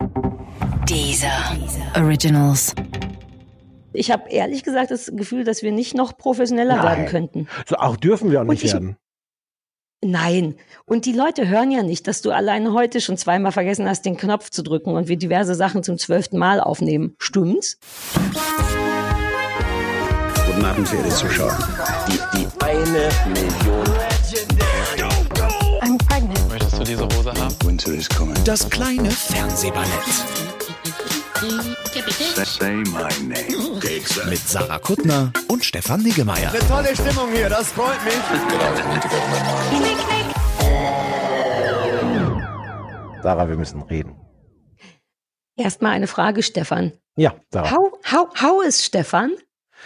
Dieser Originals. Ich habe ehrlich gesagt das Gefühl, dass wir nicht noch professioneller werden könnten. So auch dürfen wir auch nicht werden. Nein. Und die Leute hören ja nicht, dass du alleine heute schon zweimal vergessen hast, den Knopf zu drücken und wir diverse Sachen zum 12. Mal aufnehmen. Stimmt's? Guten Abend, verehrte Zuschauer. Die 1 Million. I'm pregnant. Möchtest du diese Hose haben? Winter is coming. Das kleine Fernsehballett. Say my name. Mit Sarah Kuttner und Stefan Niggemeier. Eine tolle Stimmung hier, das freut mich. Sarah, wir müssen reden. Erstmal eine Frage, Stefan. Ja, Sarah. How ist Stefan?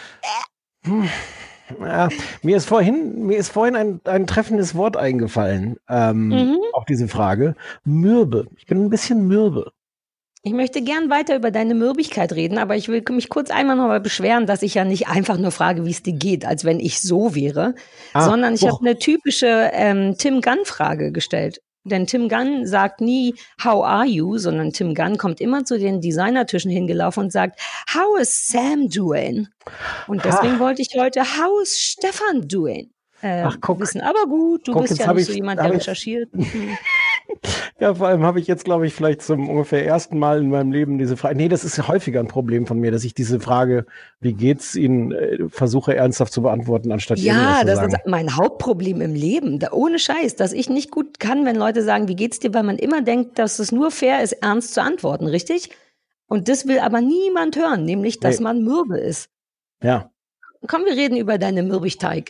Ja, mir ist vorhin ein treffendes Wort eingefallen auf diese Frage. Mürbe. Ich bin ein bisschen mürbe. Ich möchte gern weiter über deine Mürbigkeit reden, aber ich will mich kurz einmal noch mal beschweren, dass ich ja nicht einfach nur frage, wie es dir geht, als wenn ich so wäre, sondern ich habe eine typische Tim Gunn-Frage gestellt. Denn Tim Gunn sagt nie, how are you, sondern Tim Gunn kommt immer zu den Designertischen hingelaufen und sagt, how is Sam doing? Und deswegen wollte ich heute, how is Stefan doing? Guck. Wissen, aber gut, du bist ja nicht so jemand, der recherchiert. Ja, vor allem habe ich jetzt, glaube ich, vielleicht zum ungefähr ersten Mal in meinem Leben diese Frage. Nee, das ist häufiger ein Problem von mir, dass ich diese Frage, wie geht's Ihnen, versuche ernsthaft zu beantworten, anstatt irgendwas zu sagen. Das ist mein Hauptproblem im Leben. Ohne Scheiß, dass ich nicht gut kann, wenn Leute sagen, wie geht's dir, weil man immer denkt, dass es nur fair ist, ernst zu antworten, richtig? Und das will aber niemand hören, nämlich, dass man mürbe ist. Ja. Komm, wir reden über deine Mürbigkeit,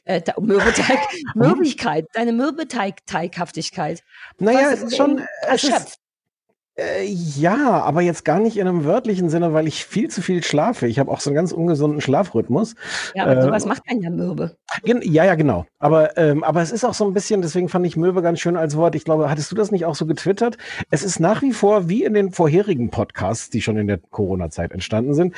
deine Mürbeteig-Teighaftigkeit. Naja, es ist schon erschöpft. Ja, aber jetzt gar nicht in einem wörtlichen Sinne, weil ich viel zu viel schlafe. Ich habe auch so einen ganz ungesunden Schlafrhythmus. Ja, aber sowas macht einen ja mürbe. Ja, genau. Aber es ist auch so ein bisschen, deswegen fand ich mürbe ganz schön als Wort. Ich glaube, hattest du das nicht auch so getwittert? Es ist nach wie vor, wie in den vorherigen Podcasts, die schon in der Corona-Zeit entstanden sind,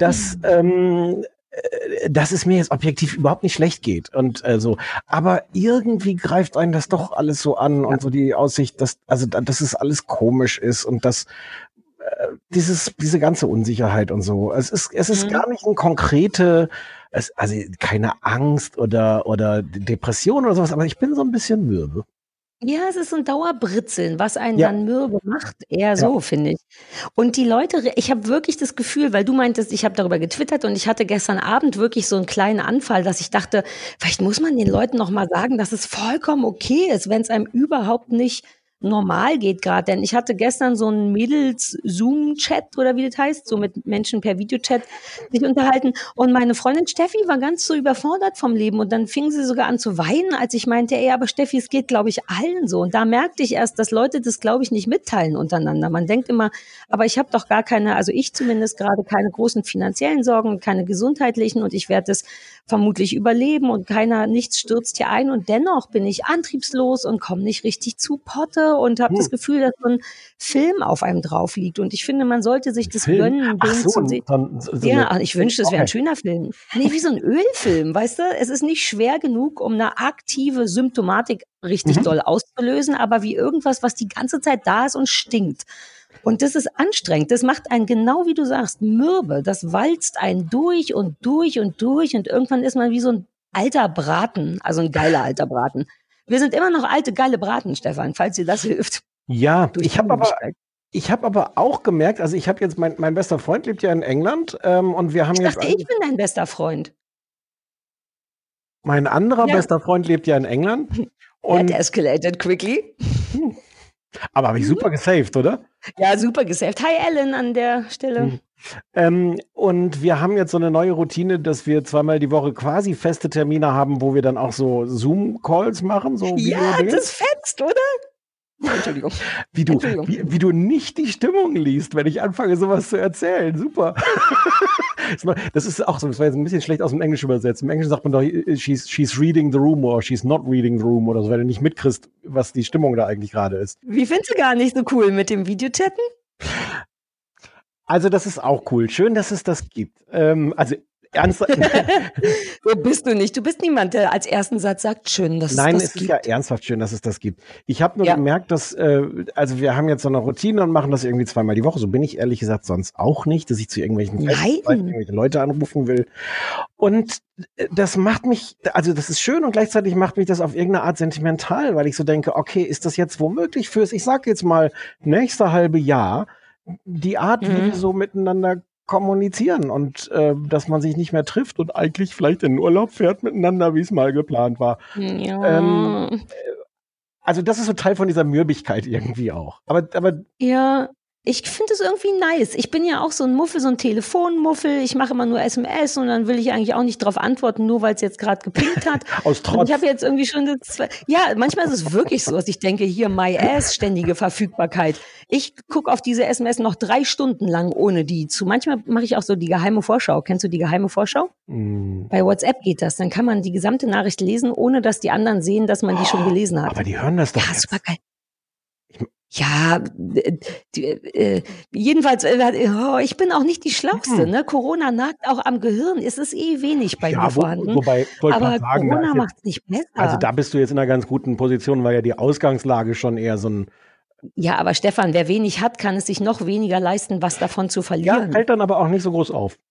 dass es mir jetzt objektiv überhaupt nicht schlecht geht und so. Aber irgendwie greift einen das doch alles so an und so die Aussicht, dass es alles komisch ist und dass diese ganze Unsicherheit und so. Es ist gar nicht ein konkrete, also keine Angst oder Depression oder sowas, aber ich bin so ein bisschen mürbe. Ja, es ist so ein Dauerbritzeln, was einen dann mürbe macht. Eher so, finde ich. Und die Leute, ich habe wirklich das Gefühl, weil du meintest, ich habe darüber getwittert und ich hatte gestern Abend wirklich so einen kleinen Anfall, dass ich dachte, vielleicht muss man den Leuten noch mal sagen, dass es vollkommen okay ist, wenn es einem überhaupt nicht normal geht gerade. Denn ich hatte gestern so einen Mädels-Zoom-Chat oder wie das heißt, so mit Menschen per Videochat sich unterhalten. Und meine Freundin Steffi war ganz so überfordert vom Leben. Und dann fing sie sogar an zu weinen, als ich meinte, aber Steffi, es geht, glaube ich, allen so. Und da merkte ich erst, dass Leute das, glaube ich, nicht mitteilen untereinander. Man denkt immer, aber ich habe doch gar keine, also ich zumindest gerade keine großen finanziellen Sorgen, keine gesundheitlichen und ich werde es vermutlich überleben und nichts stürzt hier ein. Und dennoch bin ich antriebslos und komme nicht richtig zu Potte und habe das Gefühl, dass so ein Film auf einem drauf liegt. Und ich finde, man sollte sich das gönnen. Ich wünschte, es wäre ein schöner Film. Nee, wie so ein Ölfilm, weißt du? Es ist nicht schwer genug, um eine aktive Symptomatik richtig doll auszulösen, aber wie irgendwas, was die ganze Zeit da ist und stinkt. Und das ist anstrengend. Das macht einen, genau wie du sagst, mürbe. Das walzt einen durch und durch und durch und irgendwann ist man wie so ein alter Braten, also ein geiler alter Braten. Wir sind immer noch alte, geile Braten, Stefan, falls dir das hilft. Ja, ich habe aber auch gemerkt, also ich habe jetzt, mein bester Freund lebt ja in England und wir haben ich jetzt... Ich bin dein bester Freund. Mein anderer bester Freund lebt ja in England. That escalated quickly. Aber habe ich super gesaved, oder? Ja, super gesaved. Hi Ellen an der Stelle. Und wir haben jetzt so eine neue Routine, dass wir zweimal die Woche quasi feste Termine haben, wo wir dann auch so Zoom-Calls machen. So ja, das fetzt, oder? Entschuldigung. Wie du nicht die Stimmung liest, wenn ich anfange, sowas zu erzählen. Super. Das ist auch so, das war jetzt ein bisschen schlecht aus dem Englisch übersetzt. Im Englischen sagt man doch, she's reading the room or she's not reading the room oder so, wenn du nicht mitkriegst, was die Stimmung da eigentlich gerade ist. Wie findest du gar nicht so cool mit dem Videochatten? Also das ist auch cool. Schön, dass es das gibt. Also ernsthaft. So bist du nicht. Du bist niemand, der als ersten Satz sagt, schön, dass Nein, es das es ist gibt. ja ernsthaft schön, dass es das gibt. Ich habe nur gemerkt, dass, also wir haben jetzt so eine Routine und machen das irgendwie 2-mal die Woche. So bin ich ehrlich gesagt sonst auch nicht, dass ich zu irgendwelchen Zeiten irgendwelche Leute anrufen will. Und das macht mich, also das ist schön und gleichzeitig macht mich das auf irgendeine Art sentimental, weil ich so denke, okay, ist das jetzt womöglich ich sag jetzt mal, nächste halbe Jahr, die Art, wie wir so miteinander kommunizieren und dass man sich nicht mehr trifft und eigentlich vielleicht in den Urlaub fährt miteinander, wie es mal geplant war. Ja. Also das ist so Teil von dieser Mürbigkeit irgendwie auch. Aber ja, ich finde es irgendwie nice. Ich bin ja auch so ein Muffel, so ein Telefonmuffel. Ich mache immer nur SMS und dann will ich eigentlich auch nicht drauf antworten, nur weil es jetzt gerade gepinkt hat. Aus Trotz. Und ich habe jetzt irgendwie schon ja, manchmal ist es wirklich so, dass ich denke, hier my ass, ständige Verfügbarkeit. Ich gucke auf diese SMS noch 3 Stunden lang ohne die zu. Manchmal mache ich auch so die geheime Vorschau. Kennst du die geheime Vorschau? Bei WhatsApp geht das. Dann kann man die gesamte Nachricht lesen, ohne dass die anderen sehen, dass man die schon gelesen hat. Aber die hören das doch. Ja, super geil. Ja, jedenfalls, ich bin auch nicht die Schlauste, ne? Corona nagt auch am Gehirn, es ist wenig bei mir vorhanden. Wobei, aber Corona macht es nicht besser. Also da bist du jetzt in einer ganz guten Position, weil ja die Ausgangslage schon eher so ein... Ja, aber Stefan, wer wenig hat, kann es sich noch weniger leisten, was davon zu verlieren. Ja, fällt dann aber auch nicht so groß auf.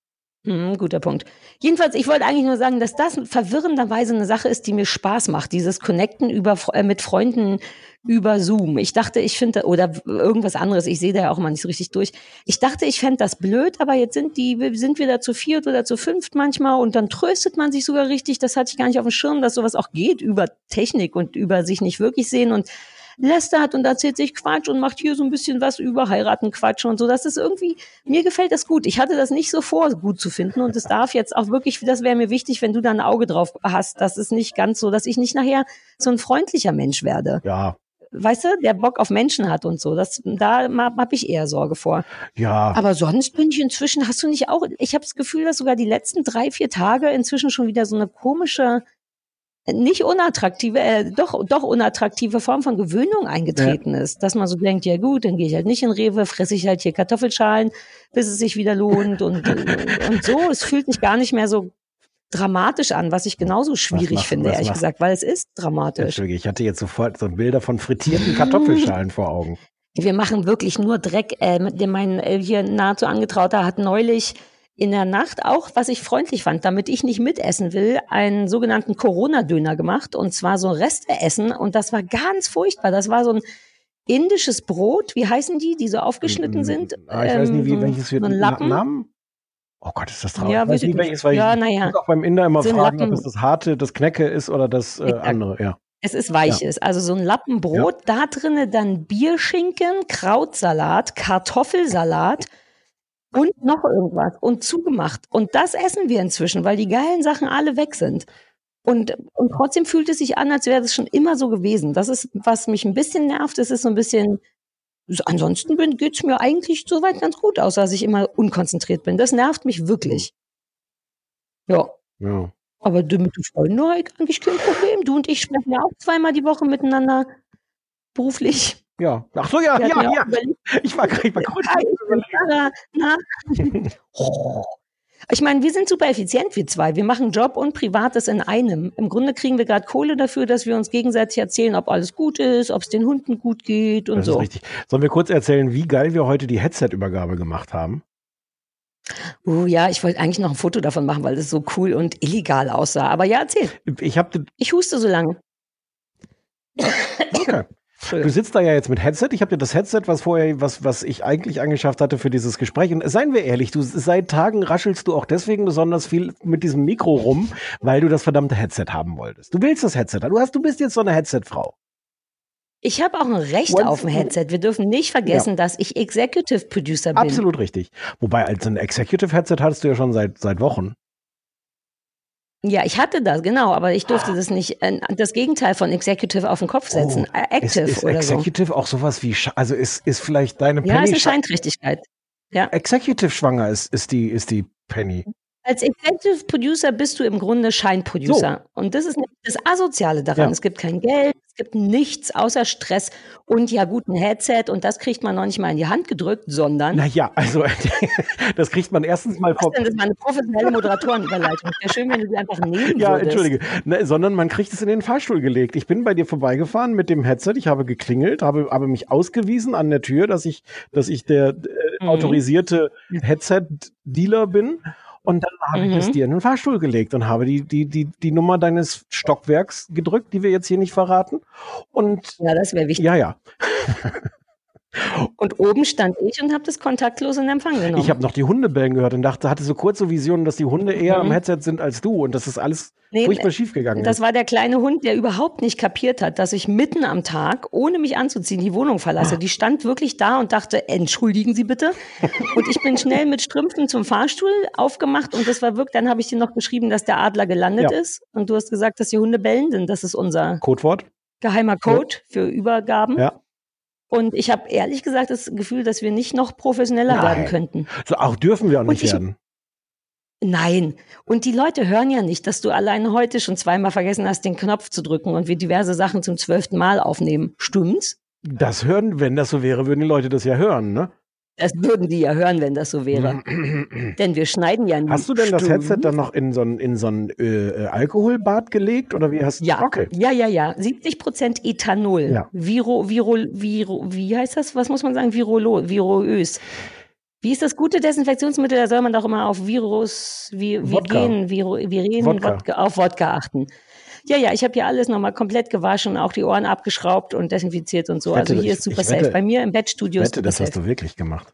Guter Punkt. Jedenfalls, ich wollte eigentlich nur sagen, dass das verwirrenderweise eine Sache ist, die mir Spaß macht, dieses Connecten mit Freunden über Zoom. Ich dachte, ich finde, oder irgendwas anderes, ich sehe da ja auch mal nicht so richtig durch. Ich dachte, ich fände das blöd, aber jetzt sind wir da zu 4 oder zu 5 manchmal und dann tröstet man sich sogar richtig. Das hatte ich gar nicht auf dem Schirm, dass sowas auch geht über Technik und über sich nicht wirklich sehen und lästert und erzählt sich Quatsch und macht hier so ein bisschen was über Heiraten, Quatsch und so. Das ist irgendwie, mir gefällt das gut. Ich hatte das nicht so vor, gut zu finden und es darf jetzt auch wirklich, das wäre mir wichtig, wenn du da ein Auge drauf hast. Das ist nicht ganz so, dass ich nicht nachher so ein freundlicher Mensch werde. Ja. Weißt du, der Bock auf Menschen hat und so. Da habe ich eher Sorge vor. Ja. Aber sonst bin ich inzwischen, hast du nicht auch, ich habe das Gefühl, dass sogar die letzten 3-4 Tage inzwischen schon wieder so eine komische, nicht unattraktive, doch unattraktive Form von Gewöhnung eingetreten ist. Dass man so denkt, ja gut, dann gehe ich halt nicht in Rewe, fresse ich halt hier Kartoffelschalen, bis es sich wieder lohnt und so. Es fühlt sich gar nicht mehr so dramatisch an, was ich genauso schwierig finde, ehrlich gesagt, weil es ist dramatisch. Entschuldige, ich hatte jetzt sofort so Bilder von frittierten Kartoffelschalen vor Augen. Wir machen wirklich nur Dreck. Mein hier nahezu Angetrauter hat neulich in der Nacht auch, was ich freundlich fand, damit ich nicht mitessen will, einen sogenannten Corona-Döner gemacht und zwar so Resteessen und das war ganz furchtbar. Das war so ein indisches Brot, wie heißen die so aufgeschnitten sind? Ich weiß nicht, welches wird so ein Lappen. Namen? Oh Gott, ist das traurig. Ja, ich weiß nicht, welches, weil ich muss auch beim Inder immer so fragen, ob es das harte, das Knecke ist oder das andere, ja. Es ist weiches, also so ein Lappenbrot, da drinnen dann Bierschinken, Krautsalat, Kartoffelsalat und noch irgendwas und zugemacht. Und das essen wir inzwischen, weil die geilen Sachen alle weg sind. Und trotzdem fühlt es sich an, als wäre das schon immer so gewesen. Das ist, was mich ein bisschen nervt, es ist so ein bisschen, ansonsten geht's mir eigentlich soweit ganz gut, außer dass ich immer unkonzentriert bin. Das nervt mich wirklich. Ja. Aber mit den Freunden habe ich eigentlich kein Problem. Du und ich sprechen ja auch 2-mal die Woche miteinander beruflich. Ja. Ach so, ja. Ich war kurz. Ich meine, wir sind super effizient, wir zwei. Wir machen Job und Privates in einem. Im Grunde kriegen wir gerade Kohle dafür, dass wir uns gegenseitig erzählen, ob alles gut ist, ob es den Hunden gut geht und das so. Ist richtig. Sollen wir kurz erzählen, wie geil wir heute die Headset-Übergabe gemacht haben? Ja, ich wollte eigentlich noch ein Foto davon machen, weil das so cool und illegal aussah. Aber ja, erzähl. Ich huste so lange. Okay. Du sitzt da ja jetzt mit Headset. Ich habe dir das Headset, was ich eigentlich angeschafft hatte für dieses Gespräch. Und seien wir ehrlich, seit Tagen raschelst du auch deswegen besonders viel mit diesem Mikro rum, weil du das verdammte Headset haben wolltest. Du willst das Headset. Du bist jetzt so eine Headset-Frau. Ich habe auch ein Recht auf ein Headset. Wir dürfen nicht vergessen, dass ich Executive Producer bin. Absolut richtig. Wobei, als ein Executive Headset hattest du ja schon seit Wochen. Ja, ich hatte das, genau, aber ich durfte das nicht, das Gegenteil von Executive auf den Kopf setzen. Active ist oder Executive so. Auch sowas wie, also ist vielleicht deine Penny. Ja, ist eine Scheinträchtigkeit. Ja. Executive schwanger ist die Penny. Als Executive Producer bist du im Grunde Scheinproducer. So. Und das ist das Asoziale daran. Ja. Es gibt kein Geld, Es gibt nichts außer Stress und ja gut, ein Headset und das kriegt man noch nicht mal in die Hand gedrückt, sondern... Naja, also das kriegt man erstens mal... Was denn? Das war eine professionelle Moderatorenüberleitung. Wäre schön, wenn du die einfach nehmen Ja, würdest. entschuldige. Ne, sondern man kriegt es in den Fahrstuhl gelegt. Ich bin bei dir vorbeigefahren mit dem Headset, ich habe geklingelt, habe mich ausgewiesen an der Tür, dass ich der autorisierte Headset-Dealer bin. Und dann habe ich es dir in den Fahrstuhl gelegt und habe die Nummer deines Stockwerks gedrückt, die wir jetzt hier nicht verraten. Und ja, das wäre wichtig. ja. Und oben stand ich und habe das kontaktlos in Empfang genommen. Ich habe noch die Hunde bellen gehört und hatte so kurze Visionen, dass die Hunde eher am Headset sind als du und dass das alles furchtbar schief gegangen ist. Das war der kleine Hund, der überhaupt nicht kapiert hat, dass ich mitten am Tag, ohne mich anzuziehen, die Wohnung verlasse. Die stand wirklich da und dachte, entschuldigen Sie bitte. Und ich bin schnell mit Strümpfen zum Fahrstuhl aufgemacht und das war wirklich, dann habe ich dir noch geschrieben, dass der Adler gelandet ist. Und du hast gesagt, dass die Hunde bellen, denn das ist unser Codewort. Geheimer Code für Übergaben. Ja. Und ich habe ehrlich gesagt das Gefühl, dass wir nicht noch professioneller werden könnten. So auch dürfen wir auch nicht werden. Nein. Und die Leute hören ja nicht, dass du alleine heute schon zweimal vergessen hast, den Knopf zu drücken und wir diverse Sachen zum 12. Mal aufnehmen. Stimmt's? Das hören, wenn das so wäre, würden die Leute das ja hören, ne? Das würden die ja hören, wenn das so wäre. Denn wir schneiden ja nicht. Hast du denn das Headset dann noch in so ein Alkoholbad gelegt? Oder wie hast du? Ja, okay. ja. 70% Ethanol. Ja. Wie heißt das? Was muss man sagen? Virös. Wie ist das gute Desinfektionsmittel? Da soll man doch immer auf Wodka achten. Ja, ich habe hier alles nochmal komplett gewaschen, auch die Ohren abgeschraubt und desinfiziert und so. Also hier ist super safe. Bei mir im Bettstudio ist super das safe. hast du wirklich gemacht.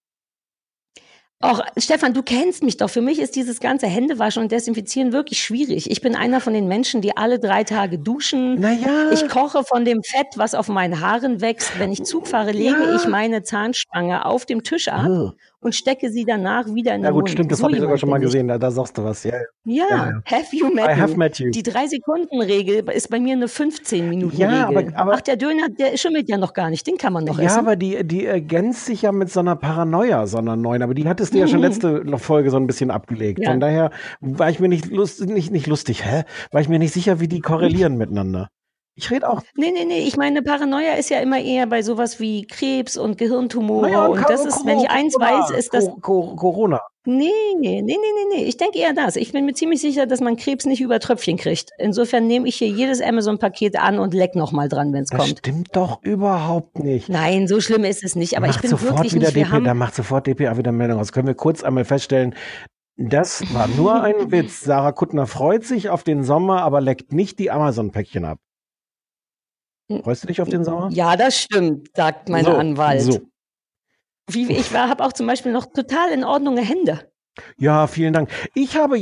Auch, Stefan, du kennst mich doch. Für mich ist dieses ganze Händewaschen und Desinfizieren wirklich schwierig. Ich bin einer von den Menschen, die alle 3 Tage duschen. Naja. Ich koche von dem Fett, was auf meinen Haaren wächst. Wenn ich Zug fahre, lege ich meine Zahnspange auf dem Tisch ab und stecke sie danach wieder in den Mund. Ja gut, stimmt, das habe ich sogar schon mal gesehen. Da sagst du was. Ja. Have you met I have met you. Die 3-Sekunden-Regel ist bei mir eine 15-Minuten-Regel. Ja, aber ach, der Döner, der schimmelt ja noch gar nicht. Den kann man noch essen. Ja, aber die ergänzt sich ja mit so einer Paranoia, so einer neuen. Aber die hattest du ja schon letzte Folge so ein bisschen abgelegt. Ja. Von daher war ich mir nicht lustig. War ich mir nicht sicher, wie die korrelieren miteinander. Ich rede auch. Nee. Ich meine, Paranoia ist ja immer eher bei sowas wie Krebs und Gehirntumore. Und das ist, wenn ich eins weiß, ist das... Corona. Nee. Ich denke eher das. Ich bin mir ziemlich sicher, dass man Krebs nicht über Tröpfchen kriegt. Insofern nehme ich hier jedes Amazon-Paket an und leck noch mal dran, wenn es kommt. Das stimmt doch überhaupt nicht. Nein, so schlimm ist es nicht. Aber ich bin wirklich nicht... Da macht sofort DPA wieder Meldung aus. Können wir kurz einmal feststellen, das war nur ein Witz. Sarah Kuttner freut sich auf den Sommer, aber leckt nicht die Amazon-Päckchen ab. Freust du dich auf den Sommer? Ja, das stimmt, sagt mein Anwalt. So. Ich habe auch zum Beispiel noch total in Ordnung Hände. Ja, vielen Dank. Ich habe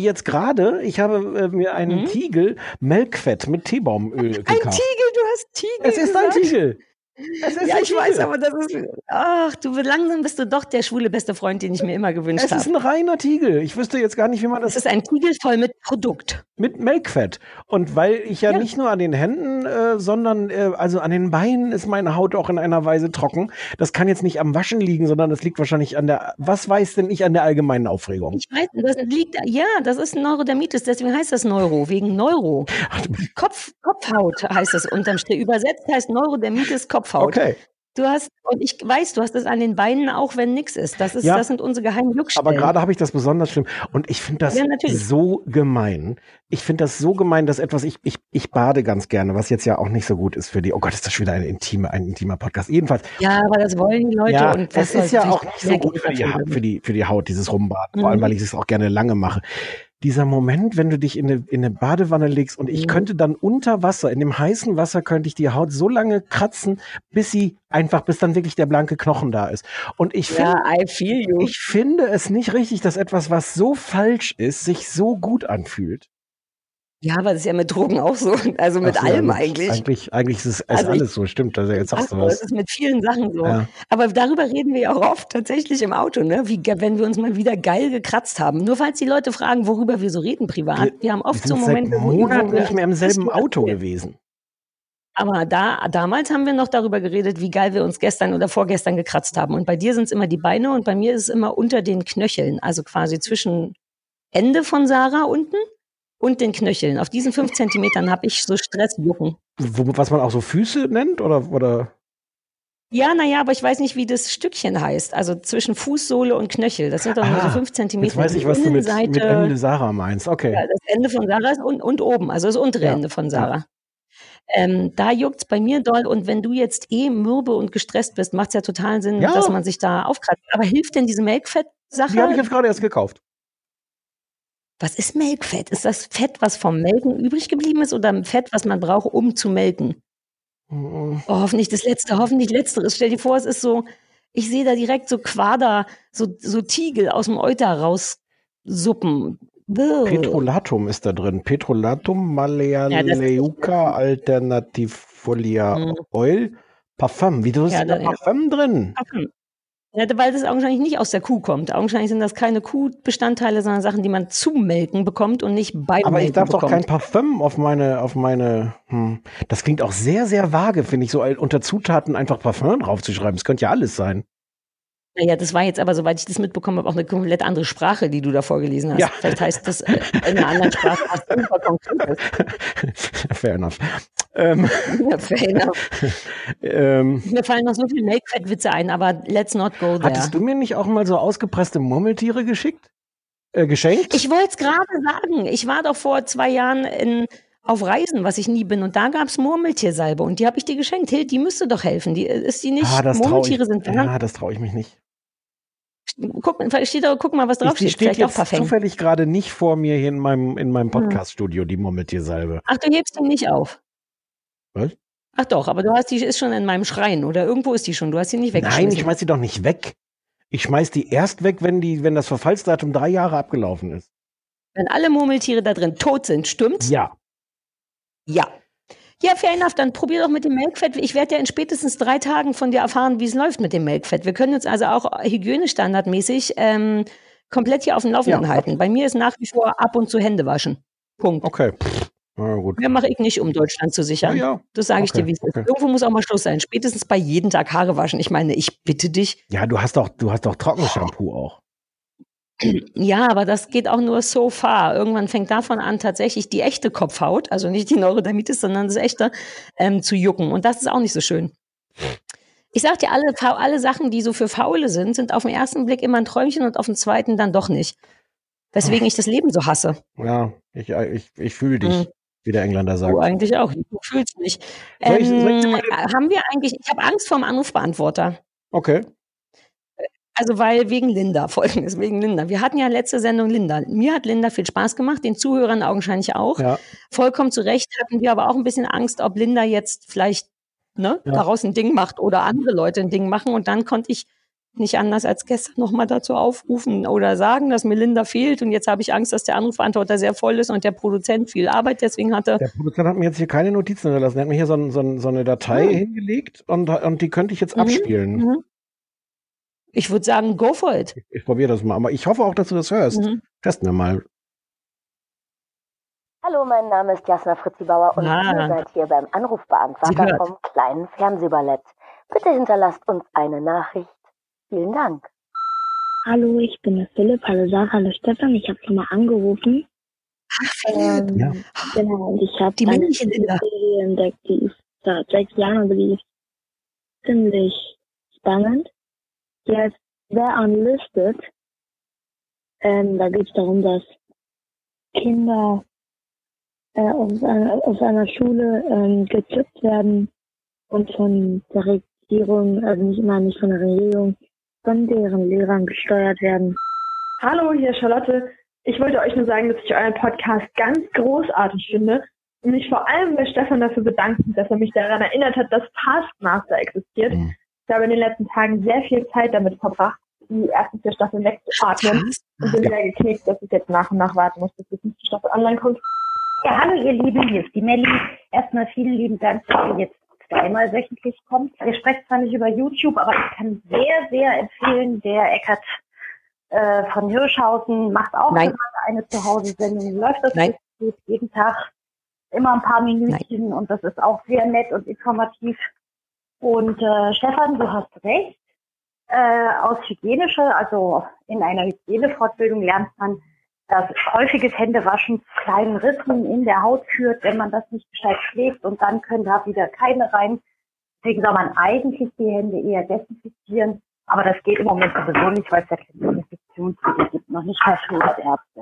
mir einen Tiegel Melkfett mit Teebaumöl gekauft. Ein Tiegel, du hast Tiegel Es ist gesagt. ein Tiegel. Ja, ich weiß, aber das ist... Ach, langsam bist du doch der schwule beste Freund, den ich mir immer gewünscht habe. Es ist ein reiner Tiegel. Ich wüsste jetzt gar nicht, wie man das... Es ist ein Tiegel voll mit Produkt. Mit Melkfett. Und weil ich ja nicht nur an den Händen, sondern also an den Beinen ist meine Haut auch in einer Weise trocken. Das kann jetzt nicht am Waschen liegen, sondern das liegt wahrscheinlich an der... Was weiß denn ich an der allgemeinen Aufregung? Ich weiß, das ist Neurodermitis, deswegen heißt das Neuro, wegen Neuro. Kopfhaut heißt es unterm Strich. Übersetzt heißt Neurodermitis Kopfhaut. Okay. Und ich weiß, du hast es an den Beinen auch, wenn nix ist. Das sind unsere geheimen Glücksstellen. Aber gerade habe ich das besonders schlimm. Und ich finde das so gemein. Ich finde das so gemein, dass ich bade ganz gerne, was jetzt ja auch nicht so gut ist für die. Oh Gott, ist das wieder ein intimer Podcast. Jedenfalls. Ja, aber das wollen die Leute. Ja, und das ist ja auch nicht so gut für die Haut, dieses Rumbaden. Vor allem, weil ich es auch gerne lange mache. Dieser Moment, wenn du dich in eine Badewanne legst und ich könnte dann unter Wasser, in dem heißen Wasser könnte ich die Haut so lange kratzen, bis dann wirklich der blanke Knochen da ist. Und ich finde es nicht richtig, dass etwas, was so falsch ist, sich so gut anfühlt. Ja, aber das ist ja mit Drogen auch so, also mit allem eigentlich. Eigentlich ist es alles so, stimmt. Also jetzt sagst du was. Das ist mit vielen Sachen so. Ja. Aber darüber reden wir ja auch oft tatsächlich im Auto, ne? Wenn wir uns mal wieder geil gekratzt haben. Nur falls die Leute fragen, worüber wir so reden privat. Wir haben oft so Momente, seit Monaten nicht mehr im selben Auto gewesen. Aber damals haben wir noch darüber geredet, wie geil wir uns gestern oder vorgestern gekratzt haben. Und bei dir sind es immer die Beine und bei mir ist es immer unter den Knöcheln, also quasi zwischen Ende von Sarah unten und den Knöcheln. Auf diesen 5 Zentimetern habe ich so Stressjucken. Was man auch so Füße nennt, oder? Ja, naja, aber ich weiß nicht, wie das Stückchen heißt. Also zwischen Fußsohle und Knöchel. Das sind doch nur so 5 Zentimeter. Jetzt weiß ich, was du mit Ende Sarah meinst. Okay. Ja, das Ende von Sarah ist und oben, also das untere Ende von Sarah. Da juckt's bei mir doll. Und wenn du jetzt mürbe und gestresst bist, macht's ja total Sinn, dass man sich da aufkratzt. Aber hilft denn diese Melkfett-Sache? Die habe ich jetzt gerade erst gekauft. Was ist Melkfett? Ist das Fett, was vom Melken übrig geblieben ist, oder Fett, was man braucht, um zu melken? Oh, hoffentlich Letzteres. Stell dir vor, es ist so, ich sehe da direkt so Quader, so Tiegel aus dem Euter raussuppen. Petrolatum ist da drin. Petrolatum Malleoleuca Alternativfolia Oil Parfum. Wieso ist da Parfum drin? Parfum. Ja, weil das augenscheinlich nicht aus der Kuh kommt. Augenscheinlich sind das keine Kuhbestandteile, sondern Sachen, die man zum Melken bekommt und nicht beim Melken bekommt. Aber ich darf doch kein Parfum auf meine. Das klingt auch sehr, sehr vage, finde ich, so unter Zutaten einfach Parfum draufzuschreiben. Das könnte ja alles sein. Naja, das war jetzt aber, soweit ich das mitbekommen habe, auch eine komplett andere Sprache, die du da vorgelesen hast. Ja. Vielleicht heißt das in einer anderen Sprache was super Konkretes. Fair enough. Ja, fair enough. Mir fallen noch so viele Melkfettwitze ein, aber let's not go there. Hattest du mir nicht auch mal so ausgepresste Murmeltiere geschenkt? Ich wollte es gerade sagen. Ich war doch vor 2 Jahren auf Reisen, was ich nie bin, und da gab es Murmeltiersalbe und die habe ich dir geschenkt. Hild, die müsste doch helfen. Ist die nicht? Murmeltiere sind da. Ja, das traue ich mich nicht. Guck mal, was drauf steht. Steht jetzt zufällig gerade nicht vor mir hier in meinem Podcast-Studio, die Murmeltiersalbe. Ach, du hebst die nicht auf? Was? Ach doch, aber die ist schon in meinem Schrein oder irgendwo ist die schon. Du hast sie nicht weggeschmissen. Nein, ich schmeiß die doch nicht weg. Ich schmeiß die erst weg, wenn das Verfallsdatum 3 Jahre abgelaufen ist. Wenn alle Murmeltiere da drin tot sind, stimmt's? Ja. Ja. Ja, fair enough, dann probier doch mit dem Melkfett. Ich werde ja in spätestens 3 Tagen von dir erfahren, wie es läuft mit dem Melkfett. Wir können uns also auch hygienestandardmäßig komplett hier auf dem Laufenden halten. Bei mir ist nach wie vor ab und zu Hände waschen. Punkt. Okay. Na gut. Mehr mache ich nicht, um Deutschland zu sichern. Ja. Das sage ich dir, wie es ist. Irgendwo muss auch mal Schluss sein. Spätestens bei jeden Tag Haare waschen. Ich meine, ich bitte dich. Ja, du hast doch Trockenshampoo auch. Ja, aber das geht auch nur so far. Irgendwann fängt davon an, tatsächlich die echte Kopfhaut, also nicht die Neurodermitis, sondern das echte, zu jucken. Und das ist auch nicht so schön. Ich sag dir, alle Sachen, die so für Faule sind auf den ersten Blick immer ein Träumchen und auf den zweiten dann doch nicht. Weswegen ich das Leben so hasse. Ja, ich fühle dich, wie der Engländer sagt. Du eigentlich auch. Du fühlst mich. Haben wir eigentlich, ich habe Angst vor dem Anrufbeantworter. Okay. Also wegen Linda. Wir hatten ja letzte Sendung Linda. Mir hat Linda viel Spaß gemacht, den Zuhörern augenscheinlich auch. Ja. Vollkommen zu Recht hatten wir aber auch ein bisschen Angst, ob Linda jetzt vielleicht daraus ein Ding macht oder andere Leute ein Ding machen. Und dann konnte ich nicht anders als gestern nochmal dazu aufrufen oder sagen, dass mir Linda fehlt. Und jetzt habe ich Angst, dass der Anrufbeantworter sehr voll ist und der Produzent viel Arbeit deswegen hatte. Der Produzent hat mir jetzt hier keine Notizen hinterlassen. Er hat mir hier so eine Datei hingelegt und die könnte ich jetzt abspielen. Ich würde sagen, go for it. Ich probiere das mal, aber ich hoffe auch, dass du das hörst. Testen wir mal. Hallo, mein Name ist Jasna Fritzi-Bauer und ihr seid hier beim Anrufbeantworter vom kleinen Fernsehballett. Bitte hinterlasst uns eine Nachricht. Vielen Dank. Hallo, ich bin der Philipp. Hallo Sarah, hallo Stefan. Ich habe schon mal angerufen. Ach, Philipp. Genau, und ich habe eine Serie entdeckt, die ist seit 6 Jahren, aber die ist ziemlich spannend. Die heißt They're Unlisted. Da geht es darum, dass Kinder aus einer Schule gezückt werden und von der Regierung, also nicht von der Regierung, von deren Lehrern gesteuert werden. Hallo, hier ist Charlotte. Ich wollte euch nur sagen, dass ich euren Podcast ganz großartig finde und mich vor allem bei Stefan dafür bedanken, dass er mich daran erinnert hat, dass Taskmaster existiert. Ich habe in den letzten Tagen sehr viel Zeit damit verbracht, die ersten 4 Staffeln wegzuatmen und bin sehr geknickt, dass ich jetzt nach und nach warten muss, bis die 5. Staffel online kommt. Ja, hallo ihr Lieben, hier ist die Melli. Erstmal vielen lieben Dank, dass ihr jetzt 2-mal wöchentlich kommt. Ihr sprecht zwar nicht über YouTube, aber ich kann sehr, sehr empfehlen, der Eckart von Hirschhausen macht auch gerade eine Zuhause-Sendung. Läuft das jeden Tag immer ein paar Minütchen und das ist auch sehr nett und informativ. Und Stefan, du hast recht. Aus hygienischer, also in einer Hygienefortbildung lernt man, dass häufiges Händewaschen zu kleinen Rissen in der Haut führt, wenn man das nicht gescheit pflegt und dann können da wieder Keime rein. Deswegen soll man eigentlich die Hände eher desinfizieren, aber das geht im Moment sowieso nicht, weil es ja keine Desinfektionsmittel gibt, noch nicht mal für uns Ärzte.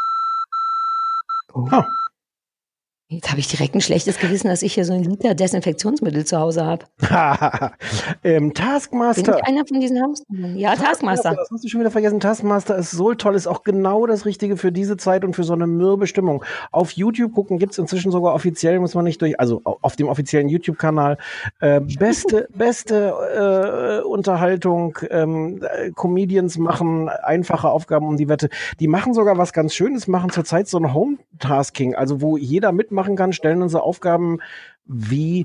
Oh. Jetzt habe ich direkt ein schlechtes Gewissen, dass ich hier so ein Liter Desinfektionsmittel zu Hause habe. Taskmaster. Bin ich einer von diesen Hamstern? Ja, Taskmaster. Das hast du schon wieder vergessen. Taskmaster ist so toll, ist auch genau das Richtige für diese Zeit und für so eine mürbe Stimmung. Auf YouTube gucken gibt's inzwischen sogar offiziell, muss man nicht also auf dem offiziellen YouTube-Kanal, beste Unterhaltung, Comedians machen einfache Aufgaben um die Wette. Die machen sogar was ganz Schönes, machen zurzeit so ein Home-Tasking, also wo jeder mitmachen kann, stellen unsere Aufgaben wie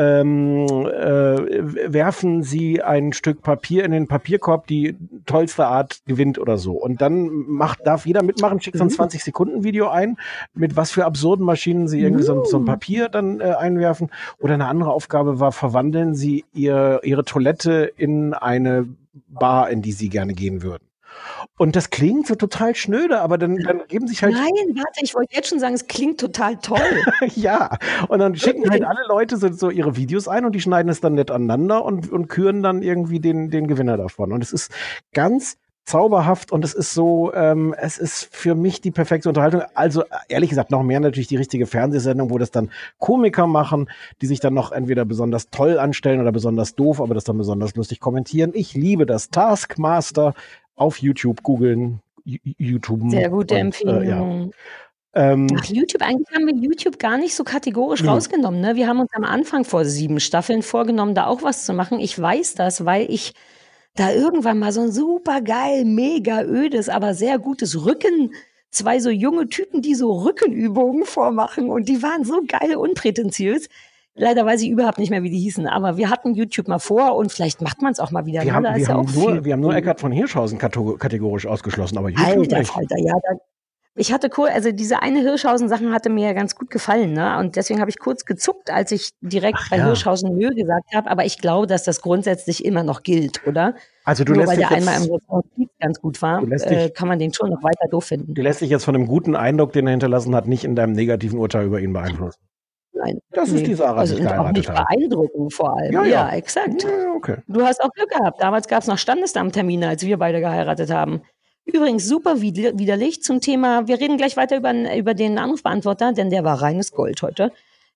werfen Sie ein Stück Papier in den Papierkorb, die tollste Art gewinnt oder so. Und dann darf jeder mitmachen, schickt so ein 20-Sekunden-Video ein, mit was für absurden Maschinen Sie irgendwie so ein Papier dann einwerfen. Oder eine andere Aufgabe war, verwandeln Sie Ihre Toilette in eine Bar, in die Sie gerne gehen würden. Und das klingt so total schnöde, aber dann geben sich halt... Nein, warte, ich wollte jetzt schon sagen, es klingt total toll. Ja, und dann schicken halt alle Leute so ihre Videos ein und die schneiden es dann nett aneinander und küren dann irgendwie den Gewinner davon. Und es ist ganz zauberhaft und es ist so, es ist für mich die perfekte Unterhaltung. Also ehrlich gesagt noch mehr natürlich die richtige Fernsehsendung, wo das dann Komiker machen, die sich dann noch entweder besonders toll anstellen oder besonders doof, aber das dann besonders lustig kommentieren. Ich liebe das. Taskmaster. Auf YouTube googeln, YouTube. Sehr gute Empfehlung. YouTube, eigentlich haben wir YouTube gar nicht so kategorisch rausgenommen. Ne? Wir haben uns am Anfang vor 7 Staffeln vorgenommen, da auch was zu machen. Ich weiß das, weil ich da irgendwann mal so ein super geil, mega ödes, aber sehr gutes 2 so junge Typen, die so Rückenübungen vormachen und die waren so geil unprätentiös. Leider weiß ich überhaupt nicht mehr, wie die hießen, aber wir hatten YouTube mal vor und vielleicht macht man es auch mal wieder. Wir haben nur Eckhard von Hirschhausen kategorisch ausgeschlossen, aber YouTube nicht. Alter, ja, ich hatte also diese eine Hirschhausen-Sachen hatte mir ja ganz gut gefallen, ne? Und deswegen habe ich kurz gezuckt, als ich direkt bei Hirschhausen Nö gesagt habe, aber ich glaube, dass das grundsätzlich immer noch gilt, oder? Also nur weil der einmal im Restaurant ganz gut war, kann man den schon noch weiter doof finden. Du lässt dich jetzt von dem guten Eindruck, den er hinterlassen hat, nicht in deinem negativen Urteil über ihn beeinflussen. Nein. Das ist die Sarah, die ich geheiratet habe. Auch nicht beeindruckend vor allem. Ja, exakt. Ja, okay. Du hast auch Glück gehabt. Damals gab es noch Standesamttermine, als wir beide geheiratet haben. Übrigens super widerlich zum Thema, wir reden gleich weiter über den Anrufbeantworter, denn der war reines Gold heute.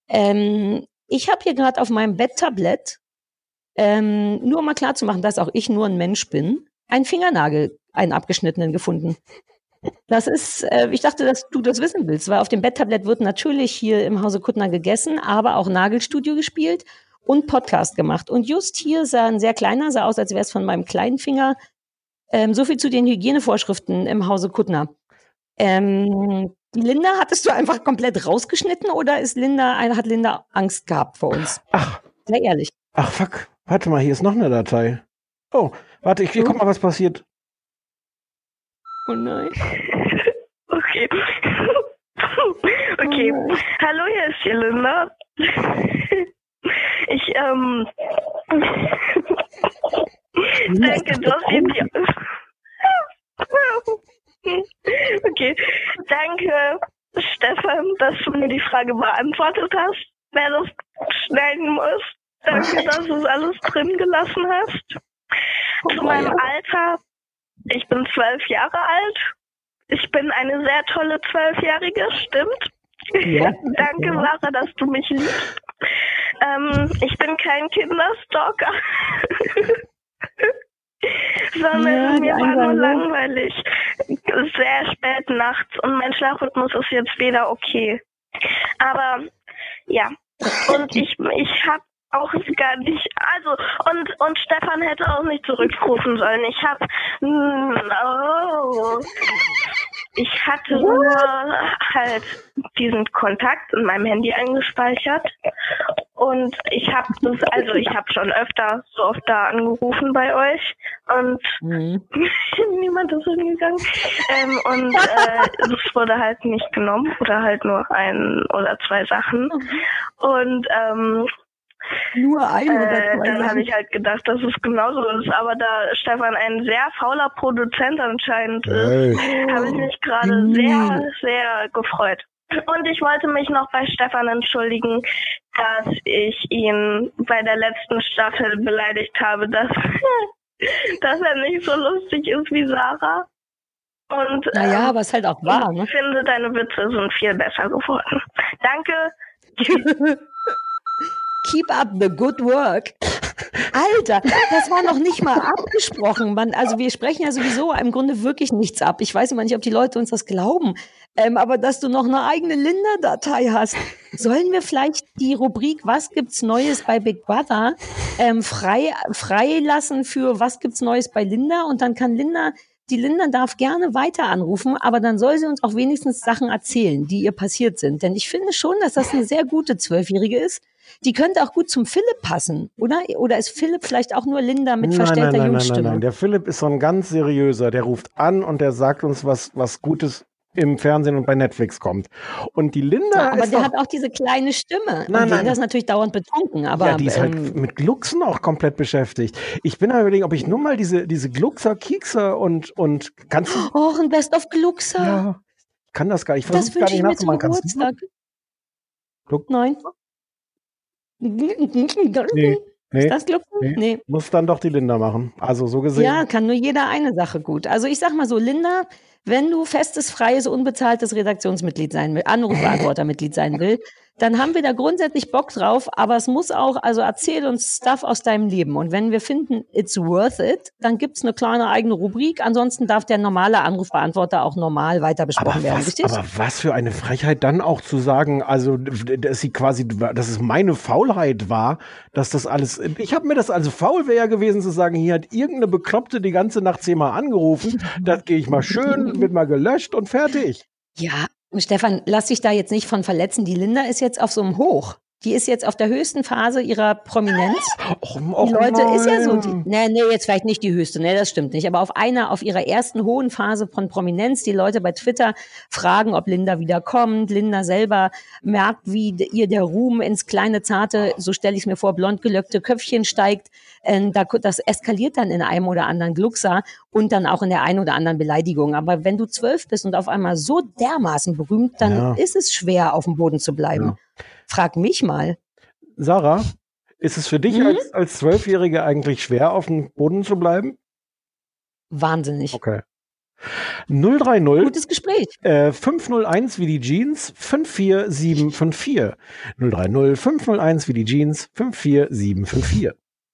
Ich habe hier gerade auf meinem Betttablett, nur um mal klar zu machen, dass auch ich nur ein Mensch bin, einen Fingernagel, einen abgeschnittenen gefunden. Das ist, ich dachte, dass du das wissen willst, weil auf dem Betttablett wird natürlich hier im Hause Kuttner gegessen, aber auch Nagelstudio gespielt und Podcast gemacht. Und just hier sah ein sehr kleiner, sah aus, als wäre es von meinem kleinen Finger. So viel zu den Hygienevorschriften im Hause Kuttner. Die Linda, hattest du einfach komplett rausgeschnitten oder hat Linda Angst gehabt vor uns? Ach. Sehr ehrlich. Ach, fuck. Warte mal, hier ist noch eine Datei. Oh, warte, guck mal, was passiert. Oh nein. Okay. Okay. Oh nein. Hallo, hier ist die Linda. Danke, dass ihr die... Okay. Danke, Stefan, dass du mir die Frage beantwortet hast, wer das schneiden muss. Danke, dass du es alles drin gelassen hast. Zu meinem Alter, ich bin 12 Jahre alt. Ich bin eine sehr tolle 12-Jährige, stimmt? Ja. Danke, Sarah, dass du mich liebst. Ich bin kein Kinderstalker. Sondern mir war nur langweilig. Sehr spät nachts und mein Schlafrhythmus ist jetzt wieder okay. Aber ja, und ich habe auch gar nicht, also, und Stefan hätte auch nicht zurückrufen sollen. Ich hatte nur halt diesen Kontakt in meinem Handy eingespeichert und ich habe schon öfter so oft da angerufen bei euch und niemand ist hingegangen und es wurde halt nicht genommen oder halt nur 1 oder 2 Sachen und Nur ein oder zwei dann habe ich halt gedacht, dass es genauso ist. Aber da Stefan ein sehr fauler Produzent anscheinend ist, habe ich mich gerade sehr, sehr gefreut. Und ich wollte mich noch bei Stefan entschuldigen, dass ich ihn bei der letzten Staffel beleidigt habe, dass er nicht so lustig ist wie Sarah. Und naja, aber es ist halt auch wahr, ne? Ich finde, deine Witze sind viel besser geworden. Danke. Keep up the good work. Alter, das war noch nicht mal abgesprochen. Also wir sprechen ja sowieso im Grunde wirklich nichts ab. Ich weiß immer nicht, ob die Leute uns das glauben. Aber dass du noch eine eigene Linda-Datei hast. Sollen wir vielleicht die Rubrik Was gibt's Neues bei Big Brother frei lassen für Was gibt's Neues bei Linda? Und dann kann die Linda darf gerne weiter anrufen, aber dann soll sie uns auch wenigstens Sachen erzählen, die ihr passiert sind. Denn ich finde schon, dass das eine sehr gute 12-Jährige ist. Die könnte auch gut zum Philipp passen, oder? Oder ist Philipp vielleicht auch nur Linda mit verstellter Jungsstimme? Nein. Der Philipp ist so ein ganz seriöser. Der ruft an und der sagt uns, was Gutes im Fernsehen und bei Netflix kommt. Und die Linda aber der hat auch diese kleine Stimme. Nein. Linda ist natürlich dauernd betrunken. Aber, ja, die ist halt mit Glucksen auch komplett beschäftigt. Ich bin am Überlegen, ob ich nur mal diese Gluckser, Kiekser und kannst du... Oh, ein Best of Gluckser. Ja, ich kann das gar nicht. Das wünsche ich mir zum Geburtstag. Nein. Nee. Ist das Glucksen? Nee. Muss dann doch die Linda machen. Also so gesehen. Ja, kann nur jeder eine Sache gut. Also ich sag mal so, Linda, wenn du festes, freies, unbezahltes Redaktionsmitglied sein will, Anrufbeantwortermitglied sein will, dann haben wir da grundsätzlich Bock drauf, aber es muss auch, also erzähl uns Stuff aus deinem Leben. Und wenn wir finden, it's worth it, dann gibt's eine kleine eigene Rubrik. Ansonsten darf der normale Anrufbeantworter auch normal weiter besprochen werden, richtig? Aber was für eine Frechheit dann auch zu sagen, also, dass es meine Faulheit war, dass das alles, ich habe mir das, also faul wäre ja gewesen zu sagen, hier hat irgendeine Bekloppte die ganze Nacht 10-mal angerufen, das gehe ich mal schön, wird mal gelöscht und fertig. Ja, Stefan, lass dich da jetzt nicht von verletzen. Die Linda ist jetzt auf so einem Hoch. Die ist jetzt auf der höchsten Phase ihrer Prominenz. Die Leute ist ja so, nee, jetzt vielleicht nicht die höchste, nee, das stimmt nicht, aber auf ihrer ersten hohen Phase von Prominenz. Die Leute bei Twitter fragen, ob Linda wieder kommt. Linda selber merkt, wie ihr der Ruhm ins kleine, zarte, so stelle ich es mir vor, blond gelöckte Köpfchen steigt. Das eskaliert dann in einem oder anderen Gluckser und dann auch in der einen oder anderen Beleidigung. Aber wenn du 12 bist und auf einmal so dermaßen berühmt, dann ist es schwer, auf dem Boden zu bleiben. Ja. Frag mich mal. Sarah, ist es für dich als 12-Jährige eigentlich schwer, auf dem Boden zu bleiben? Wahnsinnig. Okay. 030. Gutes Gespräch. 501 wie die Jeans, 54754. 030 501 wie die Jeans, 54754.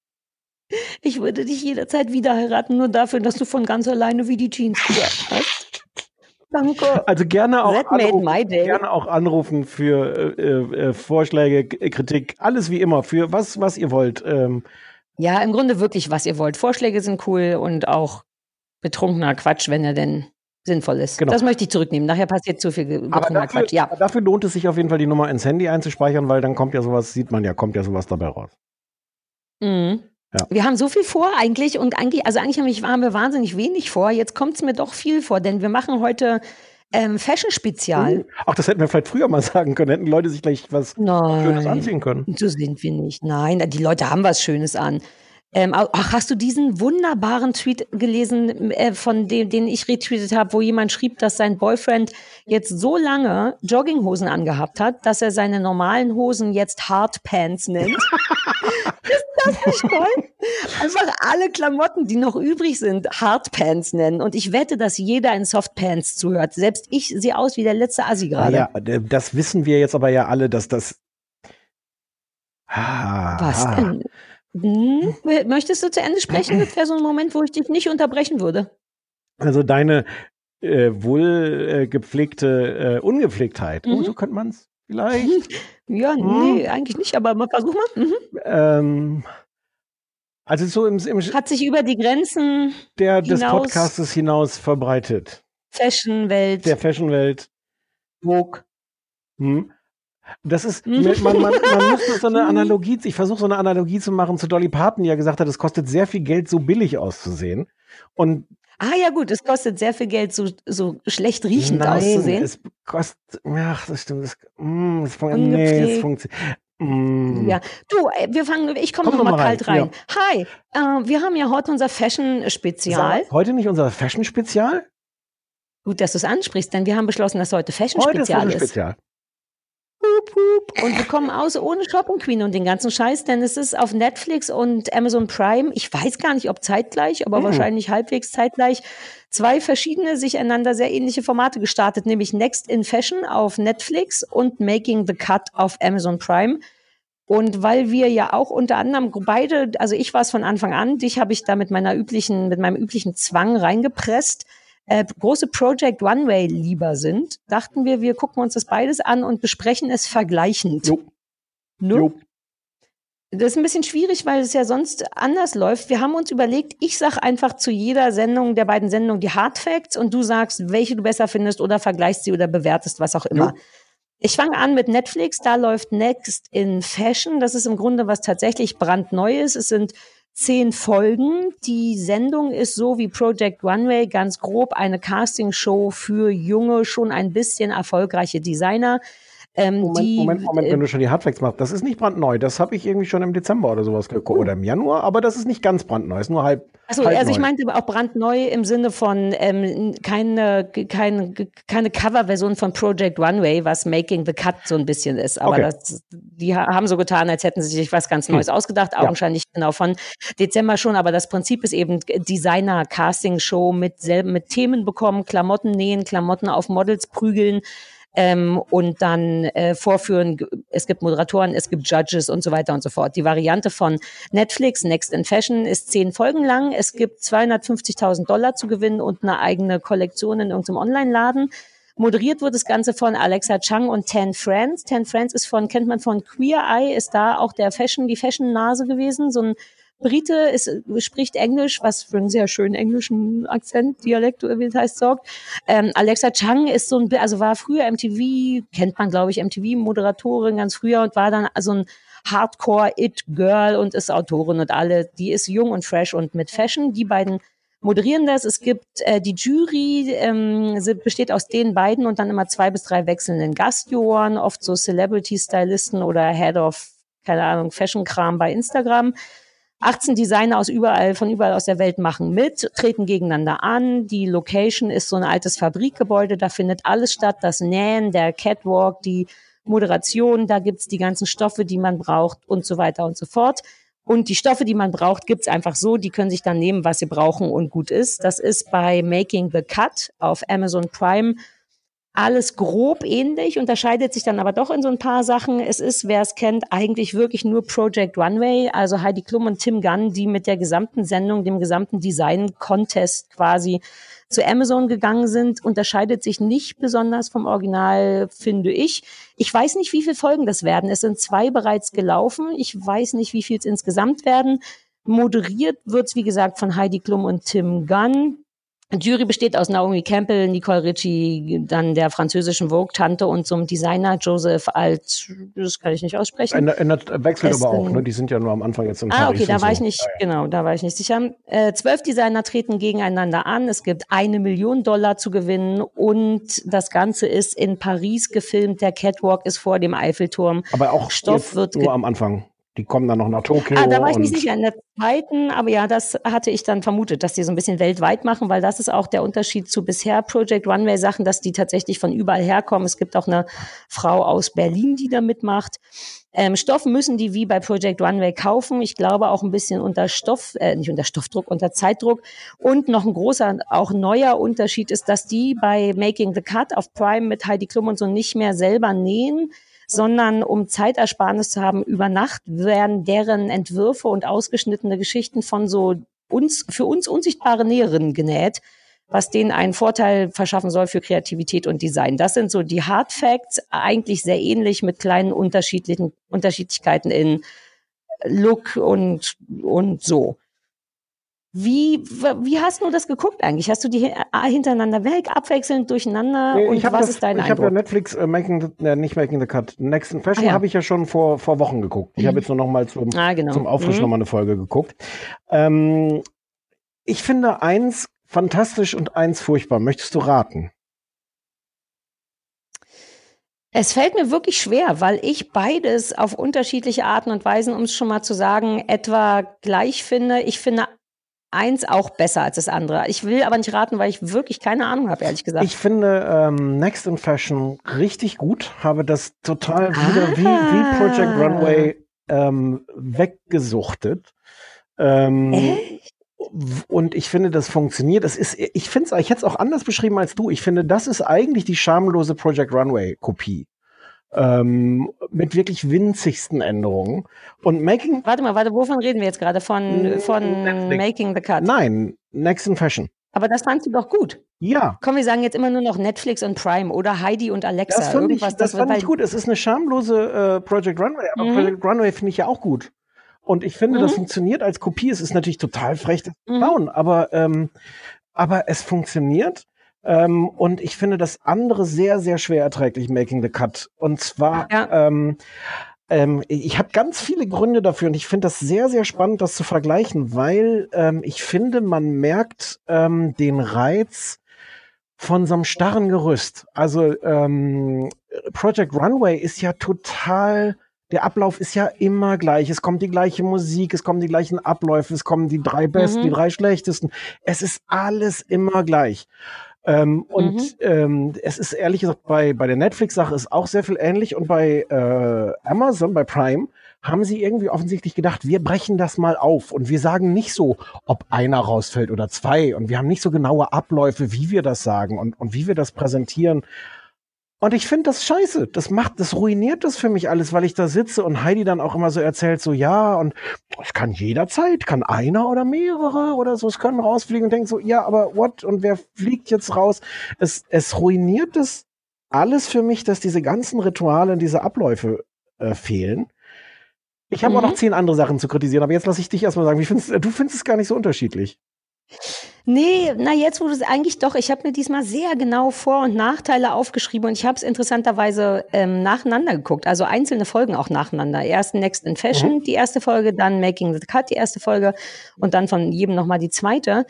Ich würde dich jederzeit wieder heiraten, nur dafür, dass du von ganz alleine wie die Jeans gesagt hast. Danke. Also gerne auch anrufen für Vorschläge, Kritik, alles wie immer, für was ihr wollt. Ja, im Grunde wirklich, was ihr wollt. Vorschläge sind cool und auch betrunkener Quatsch, wenn er denn sinnvoll ist. Genau. Das möchte ich zurücknehmen. Nachher passiert zu viel betrunkener Quatsch. Ja. Dafür lohnt es sich auf jeden Fall, die Nummer ins Handy einzuspeichern, weil dann kommt ja sowas dabei raus. Mhm. Ja. Wir haben so viel vor eigentlich und eigentlich haben wir wahnsinnig wenig vor. Jetzt kommt es mir doch viel vor, denn wir machen heute Fashion-Spezial. Ach, das hätten wir vielleicht früher mal sagen können. Hätten Leute sich gleich was Schönes anziehen können. So sind wir nicht. Nein, die Leute haben was Schönes an. Hast du diesen wunderbaren Tweet gelesen, von den ich retweetet habe, wo jemand schrieb, dass sein Boyfriend jetzt so lange Jogginghosen angehabt hat, dass er seine normalen Hosen jetzt Hardpants nennt? Ist das nicht toll? Einfach alle Klamotten, die noch übrig sind, Hardpants nennen. Und ich wette, dass jeder in Softpants zuhört. Selbst ich sehe aus wie der letzte Assi gerade. Ja, das wissen wir jetzt aber ja alle, dass das... Was denn? Möchtest du zu Ende sprechen? Das wäre so ein Moment, wo ich dich nicht unterbrechen würde. Also deine wohlgepflegte Ungepflegtheit. So könnte man es vielleicht. Ja, nee, eigentlich nicht, aber mal versuch mal. Also so im hat sich über die Grenzen des Podcastes hinaus verbreitet. Fashionwelt. Der Fashionwelt. Vogue. Das ist, man müsste so eine Analogie, ich versuche so eine Analogie zu machen zu Dolly Parton, die ja gesagt hat, es kostet sehr viel Geld, so billig auszusehen. Und ja gut, es kostet sehr viel Geld, so schlecht riechend auszusehen. Es kostet, das stimmt, es funktioniert. Ja, du, ich komme noch mal kalt rein. Ja. Hi, wir haben ja heute unser Fashion-Spezial. Heute nicht unser Fashion-Spezial? Gut, dass du es ansprichst, denn wir haben beschlossen, dass heute Fashion-Spezial ist. Fashion-Spezial. Und wir kommen aus ohne Shopping Queen und den ganzen Scheiß, denn es ist auf Netflix und Amazon Prime, ich weiß gar nicht, ob zeitgleich, aber wahrscheinlich halbwegs zeitgleich, 2 verschiedene, sich einander sehr ähnliche Formate gestartet, nämlich Next in Fashion auf Netflix und Making the Cut auf Amazon Prime. Und weil wir ja auch unter anderem beide, also ich war es von Anfang an, dich habe ich da mit meinem üblichen Zwang reingepresst, große Project Runway-Lieber sind, dachten wir gucken uns das beides an und besprechen es vergleichend. Jo. Das ist ein bisschen schwierig, weil es ja sonst anders läuft. Wir haben uns überlegt, ich sage einfach zu jeder Sendung, der beiden Sendungen, die Hard Facts und du sagst, welche du besser findest oder vergleichst sie oder bewertest, was auch immer. Ich fange an mit Netflix, da läuft Next in Fashion. Das ist im Grunde was tatsächlich brandneues. Es sind 10 Folgen. Die Sendung ist so wie Project Runway, ganz grob eine Castingshow für junge, schon ein bisschen erfolgreiche Designer. Moment, wenn du schon die Hardfacts machst, das ist nicht brandneu. Das habe ich irgendwie schon im Dezember oder sowas geguckt oder im Januar, aber das ist nicht ganz brandneu, ist nur halb. Achso, also ich meinte auch brandneu im Sinne von keine Coverversion von Project Runway, was Making the Cut so ein bisschen ist. Aber die haben so getan, als hätten sie sich was ganz Neues ausgedacht, augenscheinlich genau von Dezember schon, aber das Prinzip ist eben Designer-Casting-Show mit Themen bekommen, Klamotten nähen, Klamotten auf Models prügeln, und dann vorführen, es gibt Moderatoren, es gibt Judges und so weiter und so fort. Die Variante von Netflix, Next in Fashion, ist 10 Folgen lang. Es gibt $250.000 zu gewinnen und eine eigene Kollektion in irgendeinem Online-Laden. Moderiert wird das Ganze von Alexa Chung und Tan France. Tan France kennt man von Queer Eye, ist da auch die Fashion-Nase gewesen, so ein Brite spricht Englisch, was für einen sehr schönen englischen Akzent, Dialekt, wie das heißt, sorgt. Alexa Chung ist war früher MTV, kennt man, glaube ich, MTV-Moderatorin ganz früher und war dann so ein Hardcore-It-Girl und ist Autorin und die ist jung und fresh und mit Fashion. Die beiden moderieren das. Es gibt die Jury, besteht aus den beiden und dann immer 2 bis 3 wechselnden Gastjuroren, oft so Celebrity-Stylisten oder Head of, keine Ahnung, Fashion-Kram bei Instagram. 18 Designer von überall aus der Welt machen mit, treten gegeneinander an. Die Location ist so ein altes Fabrikgebäude, da findet alles statt. Das Nähen, der Catwalk, die Moderation, da gibt's die ganzen Stoffe, die man braucht und so weiter und so fort. Und die Stoffe, die man braucht, gibt's einfach so, die können sich dann nehmen, was sie brauchen und gut ist. Das ist bei Making the Cut auf Amazon Prime alles grob ähnlich, unterscheidet sich dann aber doch in so ein paar Sachen. Es ist, wer es kennt, eigentlich wirklich nur Project Runway, also Heidi Klum und Tim Gunn, die mit der gesamten Sendung, dem gesamten Design-Contest quasi zu Amazon gegangen sind, unterscheidet sich nicht besonders vom Original, finde ich. Ich weiß nicht, wie viele Folgen das werden. Es sind 2 bereits gelaufen. Ich weiß nicht, wie viel es insgesamt werden. Moderiert wird's, wie gesagt, von Heidi Klum und Tim Gunn. Die Jury besteht aus Naomi Campbell, Nicole Richie, dann der französischen Vogue-Tante und so einem Designer, Joseph Alt, das kann ich nicht aussprechen. Wechselt aber auch, ne? Die sind ja nur am Anfang jetzt im Paris. Okay, da war ich nicht, genau, da war ich nicht sicher. 12 Designer treten gegeneinander an. Es gibt $1 Million zu gewinnen und das Ganze ist in Paris gefilmt. Der Catwalk ist vor dem Eiffelturm. Aber auch Stoff wird nur am Anfang. Die kommen dann noch nach Tokio. Da war ich nicht sicher. In der zweiten, aber ja, das hatte ich dann vermutet, dass die so ein bisschen weltweit machen, weil das ist auch der Unterschied zu bisher Project Runway Sachen, dass die tatsächlich von überall herkommen. Es gibt auch eine Frau aus Berlin, die da mitmacht. Stoff müssen die wie bei Project Runway kaufen. Ich glaube auch ein bisschen unter nicht unter Stoffdruck, unter Zeitdruck. Und noch ein großer, auch neuer Unterschied ist, dass die bei Making the Cut auf Prime mit Heidi Klum und so nicht mehr selber nähen, sondern um Zeitersparnis zu haben über Nacht, werden deren Entwürfe und ausgeschnittene Geschichten von so für uns unsichtbare Näherinnen genäht, was denen einen Vorteil verschaffen soll für Kreativität und Design. Das sind so die Hard Facts, eigentlich sehr ähnlich mit kleinen Unterschiedlichkeiten in Look und so. Wie hast du das geguckt eigentlich? Hast du die hintereinander weg, abwechselnd durcheinander? Und was ist dein Eindruck? Ich habe ja Netflix nicht Making the Cut. Next in Fashion habe ich ja schon vor Wochen geguckt. Ich habe jetzt nur noch mal zum Auffrischen noch mal eine Folge geguckt. Ich finde 1 fantastisch und 1 furchtbar. Möchtest du raten? Es fällt mir wirklich schwer, weil ich beides auf unterschiedliche Arten und Weisen, um es schon mal zu sagen, etwa gleich finde. Ich finde eins auch besser als das andere. Ich will aber nicht raten, weil ich wirklich keine Ahnung habe, ehrlich gesagt. Ich finde Next in Fashion richtig gut, habe das total wieder wie Project Runway weggesuchtet. Echt? Und ich finde, das funktioniert. Ich hätte es auch anders beschrieben als du. Ich finde, das ist eigentlich die schamlose Project Runway-Kopie. Mit wirklich winzigsten Änderungen. Und Warte, wovon reden wir jetzt gerade? Von Making the Cut? Nein, Next in Fashion. Aber das fandst du doch gut. Ja. Komm, wir sagen jetzt immer nur noch Netflix und Prime oder Heidi und Alexa. Das fand ich gut. Es ist eine schamlose Project Runway, aber Project Runway finde ich ja auch gut. Und ich finde, das funktioniert als Kopie. Es ist natürlich total frech, das zu bauen, aber es funktioniert. Und ich finde das andere sehr, sehr schwer erträglich, Making the Cut. Und zwar, ich habe ganz viele Gründe dafür und ich finde das sehr, sehr spannend, das zu vergleichen, weil ich finde, man merkt den Reiz von so einem starren Gerüst. Also Project Runway ist ja total... Der Ablauf ist ja immer gleich. Es kommt die gleiche Musik, es kommen die gleichen Abläufe, es kommen die 3 besten, die 3 schlechtesten. Es ist alles immer gleich. Es ist ehrlich gesagt, bei der Netflix-Sache ist auch sehr viel ähnlich. Und bei Amazon, bei Prime, haben sie irgendwie offensichtlich gedacht, wir brechen das mal auf. Und wir sagen nicht so, ob einer rausfällt oder 2. Und wir haben nicht so genaue Abläufe, wie wir das sagen und wie wir das präsentieren. Und ich finde das scheiße. Das ruiniert das für mich alles, weil ich da sitze und Heidi dann auch immer so erzählt, so ja, und es kann jederzeit, kann einer oder mehrere oder so, es können rausfliegen und denkt so, ja, aber what? Und wer fliegt jetzt raus? Es ruiniert das alles für mich, dass diese ganzen Rituale und diese Abläufe fehlen. Ich habe auch noch 10 andere Sachen zu kritisieren, aber jetzt lasse ich dich erstmal sagen, du findest es gar nicht so unterschiedlich. Nee, jetzt wo du es eigentlich doch, ich habe mir diesmal sehr genau Vor- und Nachteile aufgeschrieben und ich habe es interessanterweise nacheinander geguckt, also einzelne Folgen auch nacheinander. Erst Next in Fashion, die erste Folge, dann Making the Cut, die erste Folge und dann von jedem nochmal die zweite.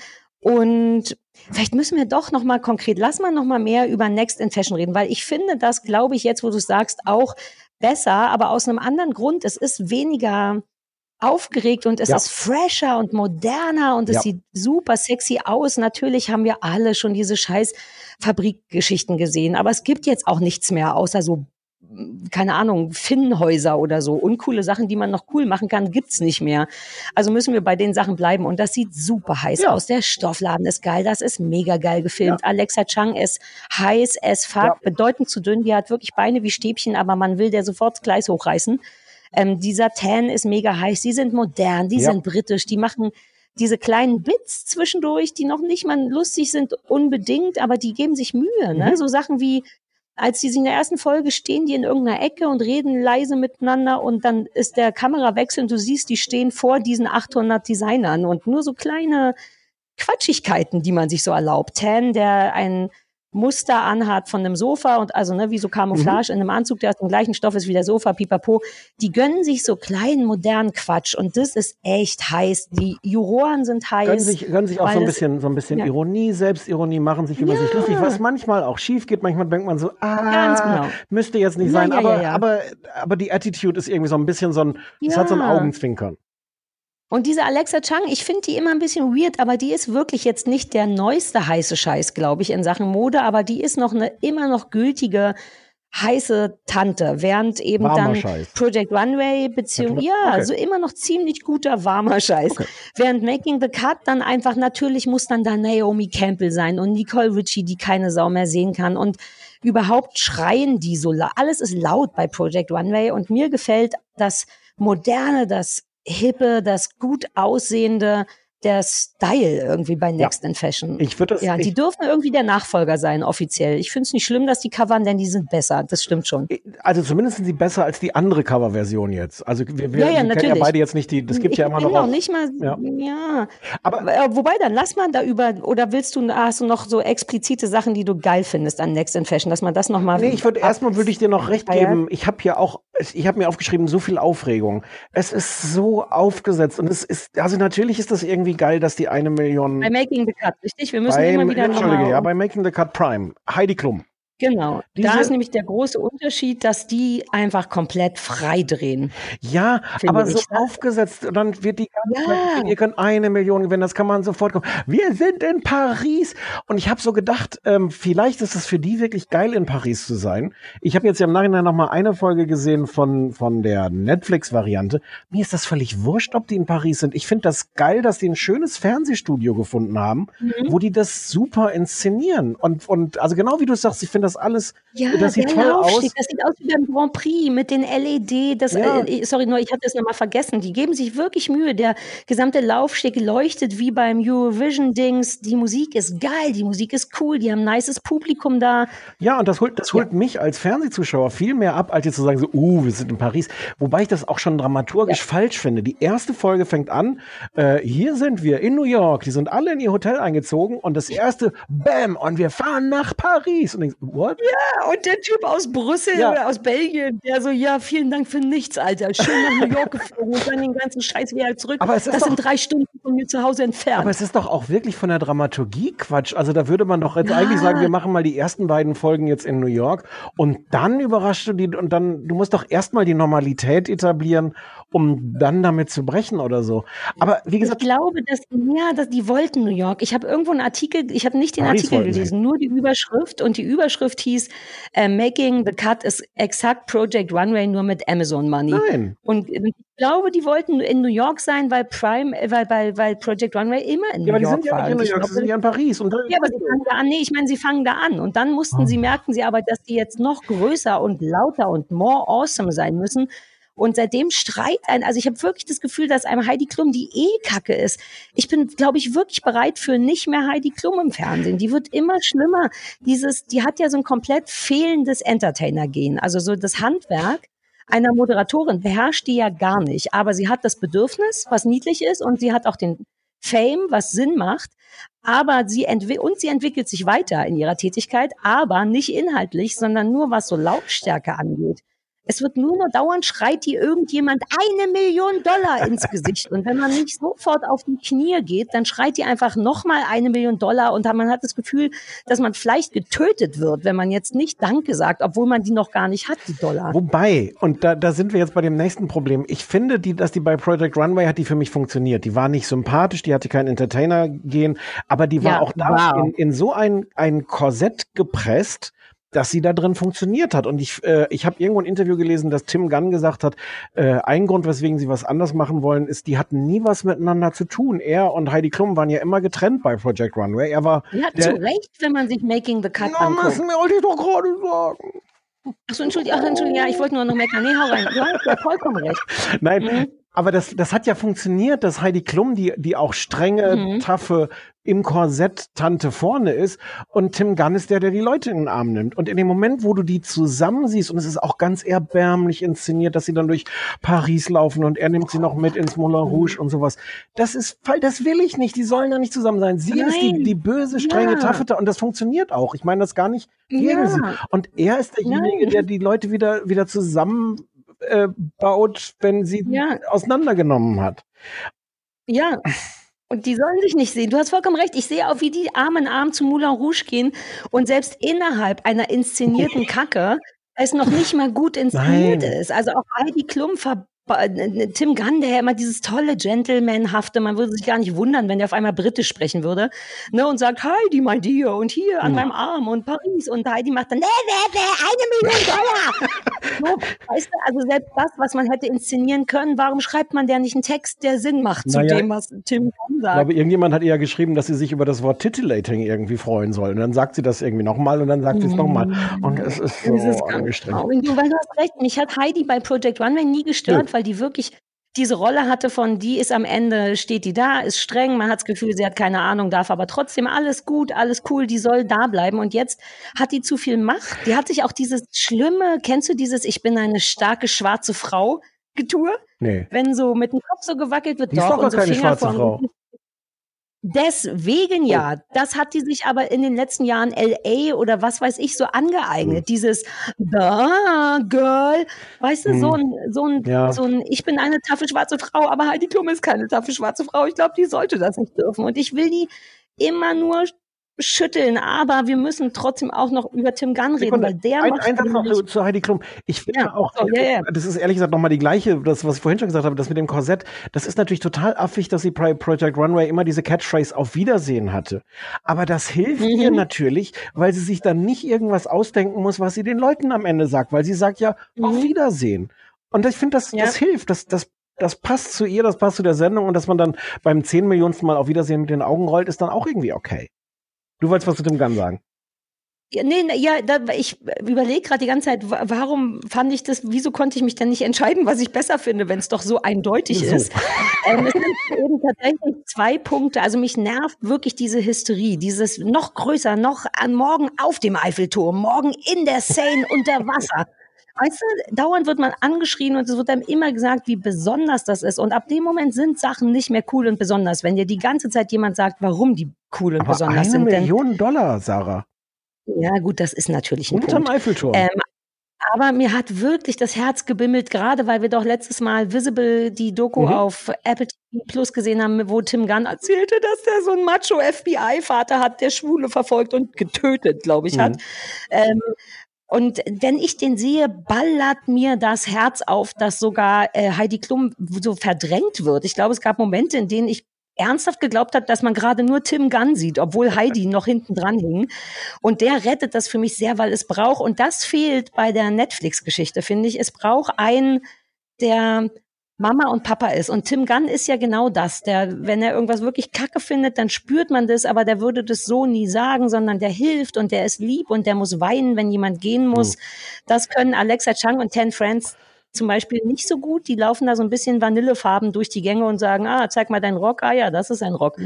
Und vielleicht müssen wir doch nochmal konkret, lass mal nochmal mehr über Next in Fashion reden, weil ich finde das, glaube ich, jetzt wo du es sagst, auch besser, aber aus einem anderen Grund. Es ist weniger aufgeregt und es ist fresher und moderner und es sieht super sexy aus. Natürlich haben wir alle schon diese scheiß Fabrikgeschichten gesehen, aber es gibt jetzt auch nichts mehr, außer so, keine Ahnung, Finnenhäuser oder so. Uncoole Sachen, die man noch cool machen kann, gibt's nicht mehr. Also müssen wir bei den Sachen bleiben und das sieht super heiß aus. Der Stoffladen ist geil, das ist mega geil gefilmt. Alexa Chung ist heiß as fuck, bedeutend zu dünn, die hat wirklich Beine wie Stäbchen, aber man will der sofort das Gleis hochreißen. Dieser Tan ist mega heiß, die sind modern, die sind britisch, die machen diese kleinen Bits zwischendurch, die noch nicht mal lustig sind unbedingt, aber die geben sich Mühe. Ne? So Sachen wie, als die in der ersten Folge stehen, die in irgendeiner Ecke und reden leise miteinander und dann ist der Kamerawechsel und du siehst, die stehen vor diesen 800 Designern und nur so kleine Quatschigkeiten, die man sich so erlaubt. Tan, der ein Muster anhat von einem Sofa und also wie so Camouflage in einem Anzug, der aus dem gleichen Stoff ist wie der Sofa, pipapo. Die gönnen sich so kleinen, modernen Quatsch und das ist echt heiß. Die Juroren sind heiß. Können sich auch so ein bisschen Ironie, Selbstironie machen, sich über sich lustig, was manchmal auch schief geht. Manchmal denkt man so, ganz genau. Müsste jetzt nicht sein, aber die Attitude ist irgendwie so ein bisschen es hat so ein Augenzwinkern. Und diese Alexa Chung, ich finde die immer ein bisschen weird, aber die ist wirklich jetzt nicht der neueste heiße Scheiß, glaube ich, in Sachen Mode, aber die ist noch eine immer noch gültige heiße Tante, während eben warmer dann Scheiß. Project Runway so immer noch ziemlich guter warmer Scheiß. Okay. Während Making the Cut dann einfach, natürlich muss dann da Naomi Campbell sein und Nicole Richie, die keine Sau mehr sehen kann und überhaupt schreien die so laut. Alles ist laut bei Project Runway und mir gefällt das Moderne, das Hippe, das gut aussehende, der Style irgendwie bei Next in Fashion. Die dürfen irgendwie der Nachfolger sein, offiziell. Ich finde es nicht schlimm, dass die covern, denn die sind besser. Das stimmt schon. Also zumindest sind sie besser als die andere Coverversion jetzt. Also wir kennen ja beide jetzt nicht die, das gibt ja immer noch. Auch nicht mal, Aber wobei, dann lass mal da oder hast du noch so explizite Sachen, die du geil findest an Next in Fashion, dass man das nochmal. Nee, würde ich dir noch recht geben. Ich habe mir aufgeschrieben, so viel Aufregung. Es ist so aufgesetzt und also natürlich ist das irgendwie geil, dass die 1 Million... Bei Making the Cut, richtig? Wir müssen immer wieder bei Making the Cut Prime. Heidi Klum. Genau. Da ist nämlich der große Unterschied, dass die einfach komplett frei drehen. Ja, aber so aufgesetzt, und dann wird die ganze Zeit, ihr könnt 1 Million gewinnen, das kann man sofort kommen. Wir sind in Paris. Und ich habe so gedacht, vielleicht ist es für die wirklich geil, in Paris zu sein. Ich habe jetzt ja im Nachhinein noch mal eine Folge gesehen von der Netflix-Variante. Mir ist das völlig wurscht, ob die in Paris sind. Ich finde das geil, dass die ein schönes Fernsehstudio gefunden haben, wo die das super inszenieren. Und also genau wie du sagst, ich finde das alles, das sieht toll aus. Das sieht aus wie beim Grand Prix mit den LED. Sorry, nur ich habe das nochmal vergessen. Die geben sich wirklich Mühe. Der gesamte Laufsteg leuchtet wie beim Eurovision-Dings. Die Musik ist geil, die Musik ist cool, die haben ein nices Publikum da. Ja, und das holt mich als Fernsehzuschauer viel mehr ab, als jetzt zu sagen, so, wir sind in Paris. Wobei ich das auch schon dramaturgisch falsch finde. Die erste Folge fängt an, hier sind wir in New York, die sind alle in ihr Hotel eingezogen und das erste, bam, und wir fahren nach Paris. Und denkst, what? Ja, und der Typ aus Brüssel oder aus Belgien, der so, vielen Dank für nichts, Alter. Schön nach New York geflogen und dann den ganzen Scheiß wieder zurück. Aber das sind 3 Stunden von mir zu Hause entfernt. Aber es ist doch auch wirklich von der Dramaturgie Quatsch. Also da würde man doch jetzt eigentlich sagen, wir machen mal die ersten beiden Folgen jetzt in New York und dann überraschst du die und dann, du musst doch erstmal die Normalität etablieren, um dann damit zu brechen oder so. Aber wie gesagt. Ich glaube, dass die wollten New York. Ich habe irgendwo einen Artikel, ich habe nicht den Artikel gelesen, nur die Überschrift und die Überschrift hieß Making the Cut is exact Project Runway nur mit Amazon Money. Nein. Und ich glaube, die wollten in New York sein, weil Project Runway immer in New York war. Ja, aber die sind ja nicht in New York, sie sind ja in Paris. Und ja, aber sie fangen da an. Nee, ich meine, sie fangen da an. Und dann merkten sie aber, dass die jetzt noch größer und lauter und more awesome sein müssen. Und seitdem also ich habe wirklich das Gefühl, dass einem Heidi Klum die Kacke ist. Ich bin, glaube ich, wirklich bereit für nicht mehr Heidi Klum im Fernsehen. Die wird immer schlimmer. Die hat ja so ein komplett fehlendes Entertainer-Gen. Also so das Handwerk einer Moderatorin beherrscht die ja gar nicht. Aber sie hat das Bedürfnis, was niedlich ist, und sie hat auch den Fame, was Sinn macht. Aber sie entwickelt sich weiter in ihrer Tätigkeit, aber nicht inhaltlich, sondern nur was so Lautstärke angeht. Es wird nur noch dauernd, schreit die irgendjemand $1 Million ins Gesicht. Und wenn man nicht sofort auf die Knie geht, dann schreit die einfach nochmal $1 Million. Und man hat das Gefühl, dass man vielleicht getötet wird, wenn man jetzt nicht Danke sagt, obwohl man die noch gar nicht hat, die Dollar. Wobei, und da sind wir jetzt bei dem nächsten Problem. Ich finde, dass die bei Project Runway hat die für mich funktioniert. Die war nicht sympathisch, die hatte kein Entertainer-Gen, aber die war auch da in so ein Korsett gepresst, dass sie da drin funktioniert hat. Und ich habe irgendwo ein Interview gelesen, dass Tim Gunn gesagt hat, ein Grund, weswegen sie was anders machen wollen, ist, die hatten nie was miteinander zu tun. Er und Heidi Klum waren ja immer getrennt bei Project Runway. Er war zu Recht, wenn man sich Making the Cut anguckt. Das wollte ich doch gerade sagen. Achso, Entschuldigung, ja, ich wollte nur noch meckern. Nee, hau rein. Du hast ja vollkommen recht. Nein, aber das hat ja funktioniert, dass Heidi Klum, die auch strenge, taffe, im Korsett Tante vorne ist, und Tim Gunn ist der die Leute in den Arm nimmt. Und in dem Moment, wo du die zusammen siehst, und es ist auch ganz erbärmlich inszeniert, dass sie dann durch Paris laufen und er nimmt sie noch mit ins Moulin Rouge und sowas. Das will ich nicht. Die sollen da nicht zusammen sein. Sie ist die böse, strenge Taffe, und das funktioniert auch. Ich meine das gar nicht gegen sie. Und er ist derjenige, der die Leute wieder zusammen baut, wenn sie auseinandergenommen hat. Ja. Und die sollen sich nicht sehen. Du hast vollkommen recht. Ich sehe auch, wie die Arm in Arm zum Moulin Rouge gehen und selbst innerhalb einer inszenierten Kacke es noch nicht mal gut inszeniert ist. Also auch Heidi Klum Tim Gunn, der ja immer dieses tolle Gentleman-hafte, man würde sich gar nicht wundern, wenn der auf einmal britisch sprechen würde, ne, und sagt, Heidi, mein Dear, und hier an meinem Arm und Paris, und Heidi macht dann, $1 Million. So, weißt du, also selbst das, was man hätte inszenieren können, warum schreibt man der nicht einen Text, der Sinn macht zu dem, was Tim Gunn sagt? Aber irgendjemand hat ihr geschrieben, dass sie sich über das Wort titillating irgendwie freuen soll. Und dann sagt sie das irgendwie nochmal und dann sagt sie es nochmal. Und es ist so angestrengt. Weil du hast recht, mich hat Heidi bei Project Runway nie gestört, weil die wirklich diese Rolle hatte von, die ist am Ende, steht die da, ist streng, man hat das Gefühl, sie hat keine Ahnung, darf aber trotzdem alles gut, alles cool, die soll da bleiben. Und jetzt hat die zu viel Macht. Die hat sich auch dieses schlimme, kennst du dieses, ich bin eine starke schwarze Frau Getue? Nee. Wenn so mit dem Kopf so gewackelt wird, die ist doch gar keine schwarze Frau. Deswegen das hat die sich aber in den letzten Jahren LA oder was weiß ich so angeeignet. Dieses Girl, weißt du, so ein, ich bin eine taffe schwarze Frau, aber Heidi Klum ist keine taffe schwarze Frau. Ich glaube, die sollte das nicht dürfen. Und ich will die immer nur schütteln, aber wir müssen trotzdem auch noch über Tim Gunn reden, weil der macht Ein Satz noch zu Heidi Klum. Ich finde auch, das ist ehrlich gesagt nochmal die gleiche, das, was ich vorhin schon gesagt habe, das mit dem Korsett, das ist natürlich total affig, dass sie bei Project Runway immer diese Catchphrase auf Wiedersehen hatte. Aber das hilft ihr natürlich, weil sie sich dann nicht irgendwas ausdenken muss, was sie den Leuten am Ende sagt, weil sie sagt ja, auf Wiedersehen. Und ich finde, das hilft, das passt zu ihr, das passt zu der Sendung und dass man dann beim 10 Millionsten Mal auf Wiedersehen mit den Augen rollt, ist dann auch irgendwie okay. Du wolltest was zu Tim Gunn sagen. Ja, ich überlege gerade die ganze Zeit, warum fand ich das, wieso konnte ich mich denn nicht entscheiden, was ich besser finde, wenn es doch so eindeutig ist. Es sind eben tatsächlich 2 Punkte. Also mich nervt wirklich diese Hysterie, dieses noch größer, noch morgen auf dem Eiffelturm, morgen in der Seine unter Wasser. Weißt du, dauernd wird man angeschrien und es wird einem immer gesagt, wie besonders das ist. Und ab dem Moment sind Sachen nicht mehr cool und besonders, wenn dir die ganze Zeit jemand sagt, warum die cool und besonders sind. $1 Million, Sarah. Ja gut, das ist natürlich ein Unterm Punkt. Eiffelturm. Aber mir hat wirklich das Herz gebimmelt, gerade weil wir doch letztes Mal Visible, die Doku auf Apple TV Plus gesehen haben, wo Tim Gunn erzählte, dass der so einen Macho-FBI-Vater hat, der Schwule verfolgt und getötet, glaube ich, hat. Und wenn ich den sehe, ballert mir das Herz auf, dass sogar Heidi Klum so verdrängt wird. Ich glaube, es gab Momente, in denen ich ernsthaft geglaubt habe, dass man gerade nur Tim Gunn sieht, obwohl Heidi noch hinten dran hing. Und der rettet das für mich sehr, weil es braucht, und das fehlt bei der Netflix-Geschichte, finde ich, es braucht einen, der Mama und Papa ist. Und Tim Gunn ist ja genau das. Der, wenn er irgendwas wirklich Kacke findet, dann spürt man das, aber der würde das so nie sagen, sondern der hilft und der ist lieb und der muss weinen, wenn jemand gehen muss. Das können Alexa Chung und Ten Friends zum Beispiel nicht so gut. Die laufen da so ein bisschen Vanillefarben durch die Gänge und sagen, zeig mal deinen Rock. Ah ja, das ist ein Rock.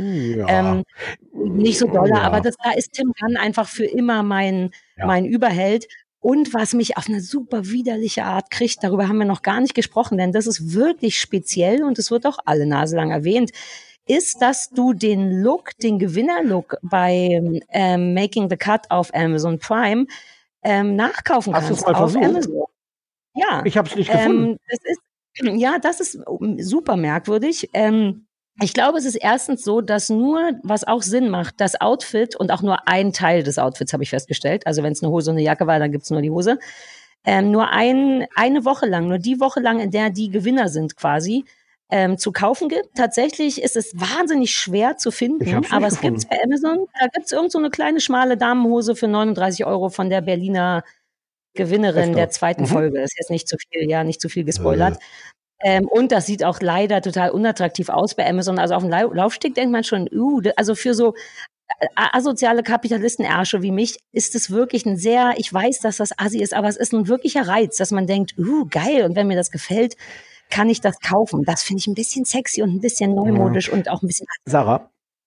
Nicht so doll, aber da ist Tim Gunn einfach für immer mein Überheld. Und was mich auf eine super widerliche Art kriegt, darüber haben wir noch gar nicht gesprochen, denn das ist wirklich speziell und es wird auch alle Nase lang erwähnt, ist, dass du den Look, den Gewinnerlook bei Making the Cut auf Amazon Prime nachkaufen kannst. Hast du es mal versucht? Amazon. Ja. Ich habe es nicht gefunden. Das ist super merkwürdig. Ich glaube, es ist erstens so, dass nur, was auch Sinn macht, das Outfit und auch nur ein Teil des Outfits, habe ich festgestellt. Also wenn es eine Hose und eine Jacke war, dann gibt's nur die Hose. Nur eine Woche lang, nur die Woche lang, in der die Gewinner sind quasi, zu kaufen gibt. Tatsächlich ist es wahnsinnig schwer zu finden, aber es gibt's bei Amazon. Da gibt's irgend so eine kleine schmale Damenhose für 39 € von der Berliner Gewinnerin der zweiten Folge. Das ist jetzt nicht zu viel gespoilert. Und das sieht auch leider total unattraktiv aus bei Amazon. Also auf dem Laufsteg denkt man schon, also für so asoziale Kapitalistenärsche wie mich ist es wirklich ein sehr, ich weiß, dass das assi ist, aber es ist ein wirklicher Reiz, dass man denkt, geil, und wenn mir das gefällt, kann ich das kaufen. Das finde ich ein bisschen sexy und ein bisschen neumodisch und auch ein bisschen... Sarah?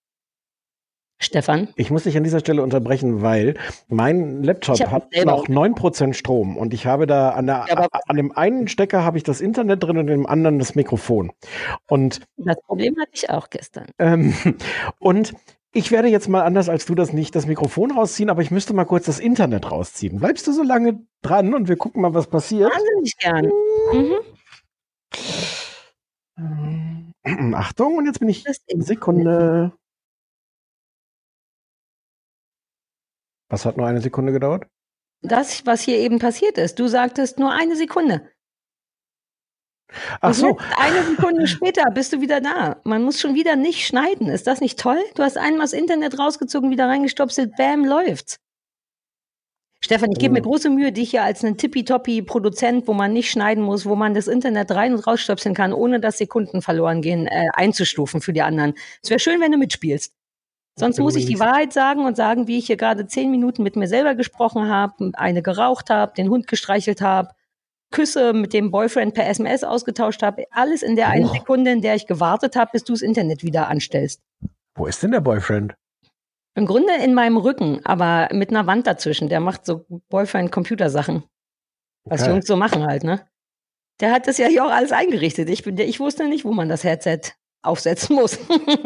Stefan? Ich muss dich an dieser Stelle unterbrechen, weil mein Laptop hat noch 9% Strom und ich habe da an dem einen Stecker habe ich das Internet drin und dem anderen das Mikrofon. Und das Problem hatte ich auch gestern. Und ich werde jetzt mal anders als du das Mikrofon rausziehen, aber ich müsste mal kurz das Internet rausziehen. Bleibst du so lange dran und wir gucken mal, was passiert? Wahnsinnig gern. Achtung, und jetzt bin ich Sekunde. Was hat nur 1 Sekunde gedauert? Das, was hier eben passiert ist. Du sagtest nur 1 Sekunde. Ach so. Eine Sekunde später bist du wieder da. Man muss schon wieder nicht schneiden. Ist das nicht toll? Du hast einmal das Internet rausgezogen, wieder reingestopselt, bam, läuft's. Stefan, ich gebe mir große Mühe, dich hier als einen Tippitoppi-Produzent, wo man nicht schneiden muss, wo man das Internet rein- und rausstöpseln kann, ohne dass Sekunden verloren gehen, einzustufen für die anderen. Es wäre schön, wenn du mitspielst. Sonst muss ich die Wahrheit sagen und sagen, wie ich hier gerade 10 Minuten mit mir selber gesprochen habe, eine geraucht habe, den Hund gestreichelt habe, Küsse mit dem Boyfriend per SMS ausgetauscht habe. Alles in der einen Sekunde, in der ich gewartet habe, bis du das Internet wieder anstellst. Wo ist denn der Boyfriend? Im Grunde in meinem Rücken, aber mit einer Wand dazwischen. Der macht so Boyfriend-Computersachen. Was Jungs so machen halt, ne? Der hat das ja hier auch alles eingerichtet. Ich wusste nicht, wo man das Headset aufsetzen muss.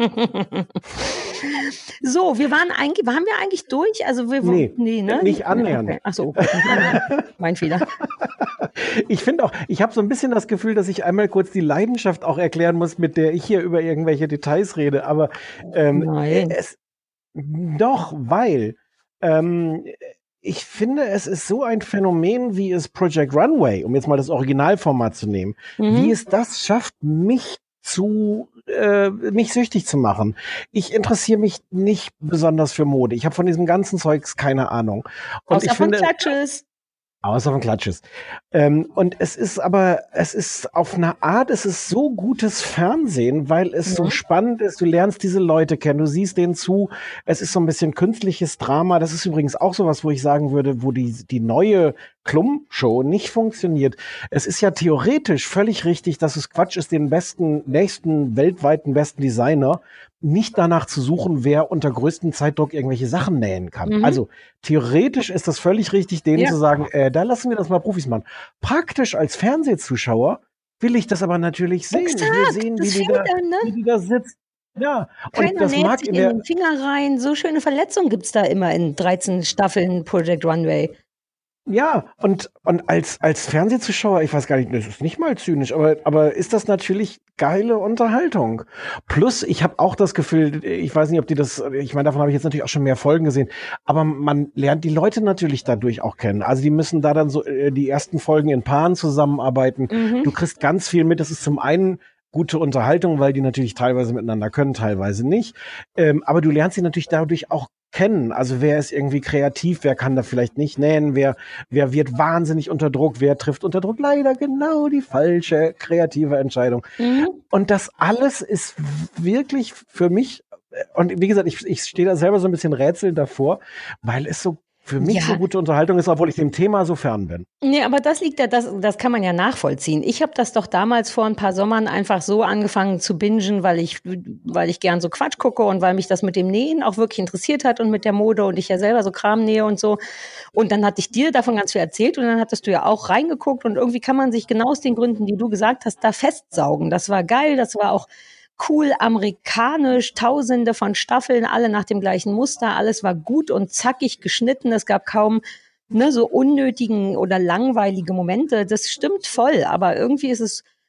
So, waren wir eigentlich durch? Also nee, ne? Nicht annähernd. Okay. Ach so, okay. Mein Fehler. Ich finde auch, ich habe so ein bisschen das Gefühl, dass ich einmal kurz die Leidenschaft auch erklären muss, mit der ich hier über irgendwelche Details rede, aber Doch, weil ich finde, es ist so ein Phänomen, wie es Project Runway, um jetzt mal das Originalformat zu nehmen, wie es das schafft, mich süchtig zu machen. Ich interessiere mich nicht besonders für Mode. Ich habe von diesem ganzen Zeugs keine Ahnung. Und Außer von Klatsches. Außer von Klatsches. Und es ist auf eine Art, es ist so gutes Fernsehen, weil es so spannend ist. Du lernst diese Leute kennen, du siehst denen zu. Es ist so ein bisschen künstliches Drama. Das ist übrigens auch sowas, wo ich sagen würde, wo die neue Klum-Show nicht funktioniert. Es ist ja theoretisch völlig richtig, dass es Quatsch ist, den nächsten weltweiten besten Designer nicht danach zu suchen, wer unter größtem Zeitdruck irgendwelche Sachen nähen kann. Also theoretisch ist das völlig richtig, denen zu sagen, da lassen wir das mal Profis machen. Praktisch als Fernsehzuschauer will ich das aber natürlich sehen. Exakt, ich will sehen, wie die da sitzt. Ja, keiner und das näht mag sich in den Finger rein. So schöne Verletzungen gibt's da immer in 13 Staffeln Project Runway. Ja, und als Fernsehzuschauer, ich weiß gar nicht, das ist nicht mal zynisch, aber ist das natürlich geile Unterhaltung. Plus, ich habe auch das Gefühl, ich weiß nicht, ob ich meine, davon habe ich jetzt natürlich auch schon mehr Folgen gesehen, aber man lernt die Leute natürlich dadurch auch kennen. Also die müssen da dann so die ersten Folgen in Paaren zusammenarbeiten. Du kriegst ganz viel mit. Das ist zum einen gute Unterhaltung, weil die natürlich teilweise miteinander können, teilweise nicht. Aber du lernst sie natürlich dadurch auch kennen. Also wer ist irgendwie kreativ, wer kann da vielleicht nicht nähen, wer wird wahnsinnig unter Druck, wer trifft unter Druck leider genau die falsche kreative Entscheidung. Und das alles ist wirklich für mich, und wie gesagt, ich stehe da selber so ein bisschen rätselnd davor, weil es so für mich so gute Unterhaltung ist, obwohl ich dem Thema so fern bin. Nee, aber das liegt ja, das kann man ja nachvollziehen. Ich habe das doch damals vor ein paar Sommern einfach so angefangen zu bingen, weil ich gern so Quatsch gucke und weil mich das mit dem Nähen auch wirklich interessiert hat und mit der Mode und ich ja selber so Kram nähe und so. Und dann hatte ich dir davon ganz viel erzählt und dann hattest du ja auch reingeguckt und irgendwie kann man sich genau aus den Gründen, die du gesagt hast, da festsaugen. Das war geil, das war auch cool, amerikanisch, Tausende von Staffeln, alle nach dem gleichen Muster, alles war gut und zackig geschnitten, es gab kaum so unnötigen oder langweilige Momente, das stimmt voll, aber irgendwie ist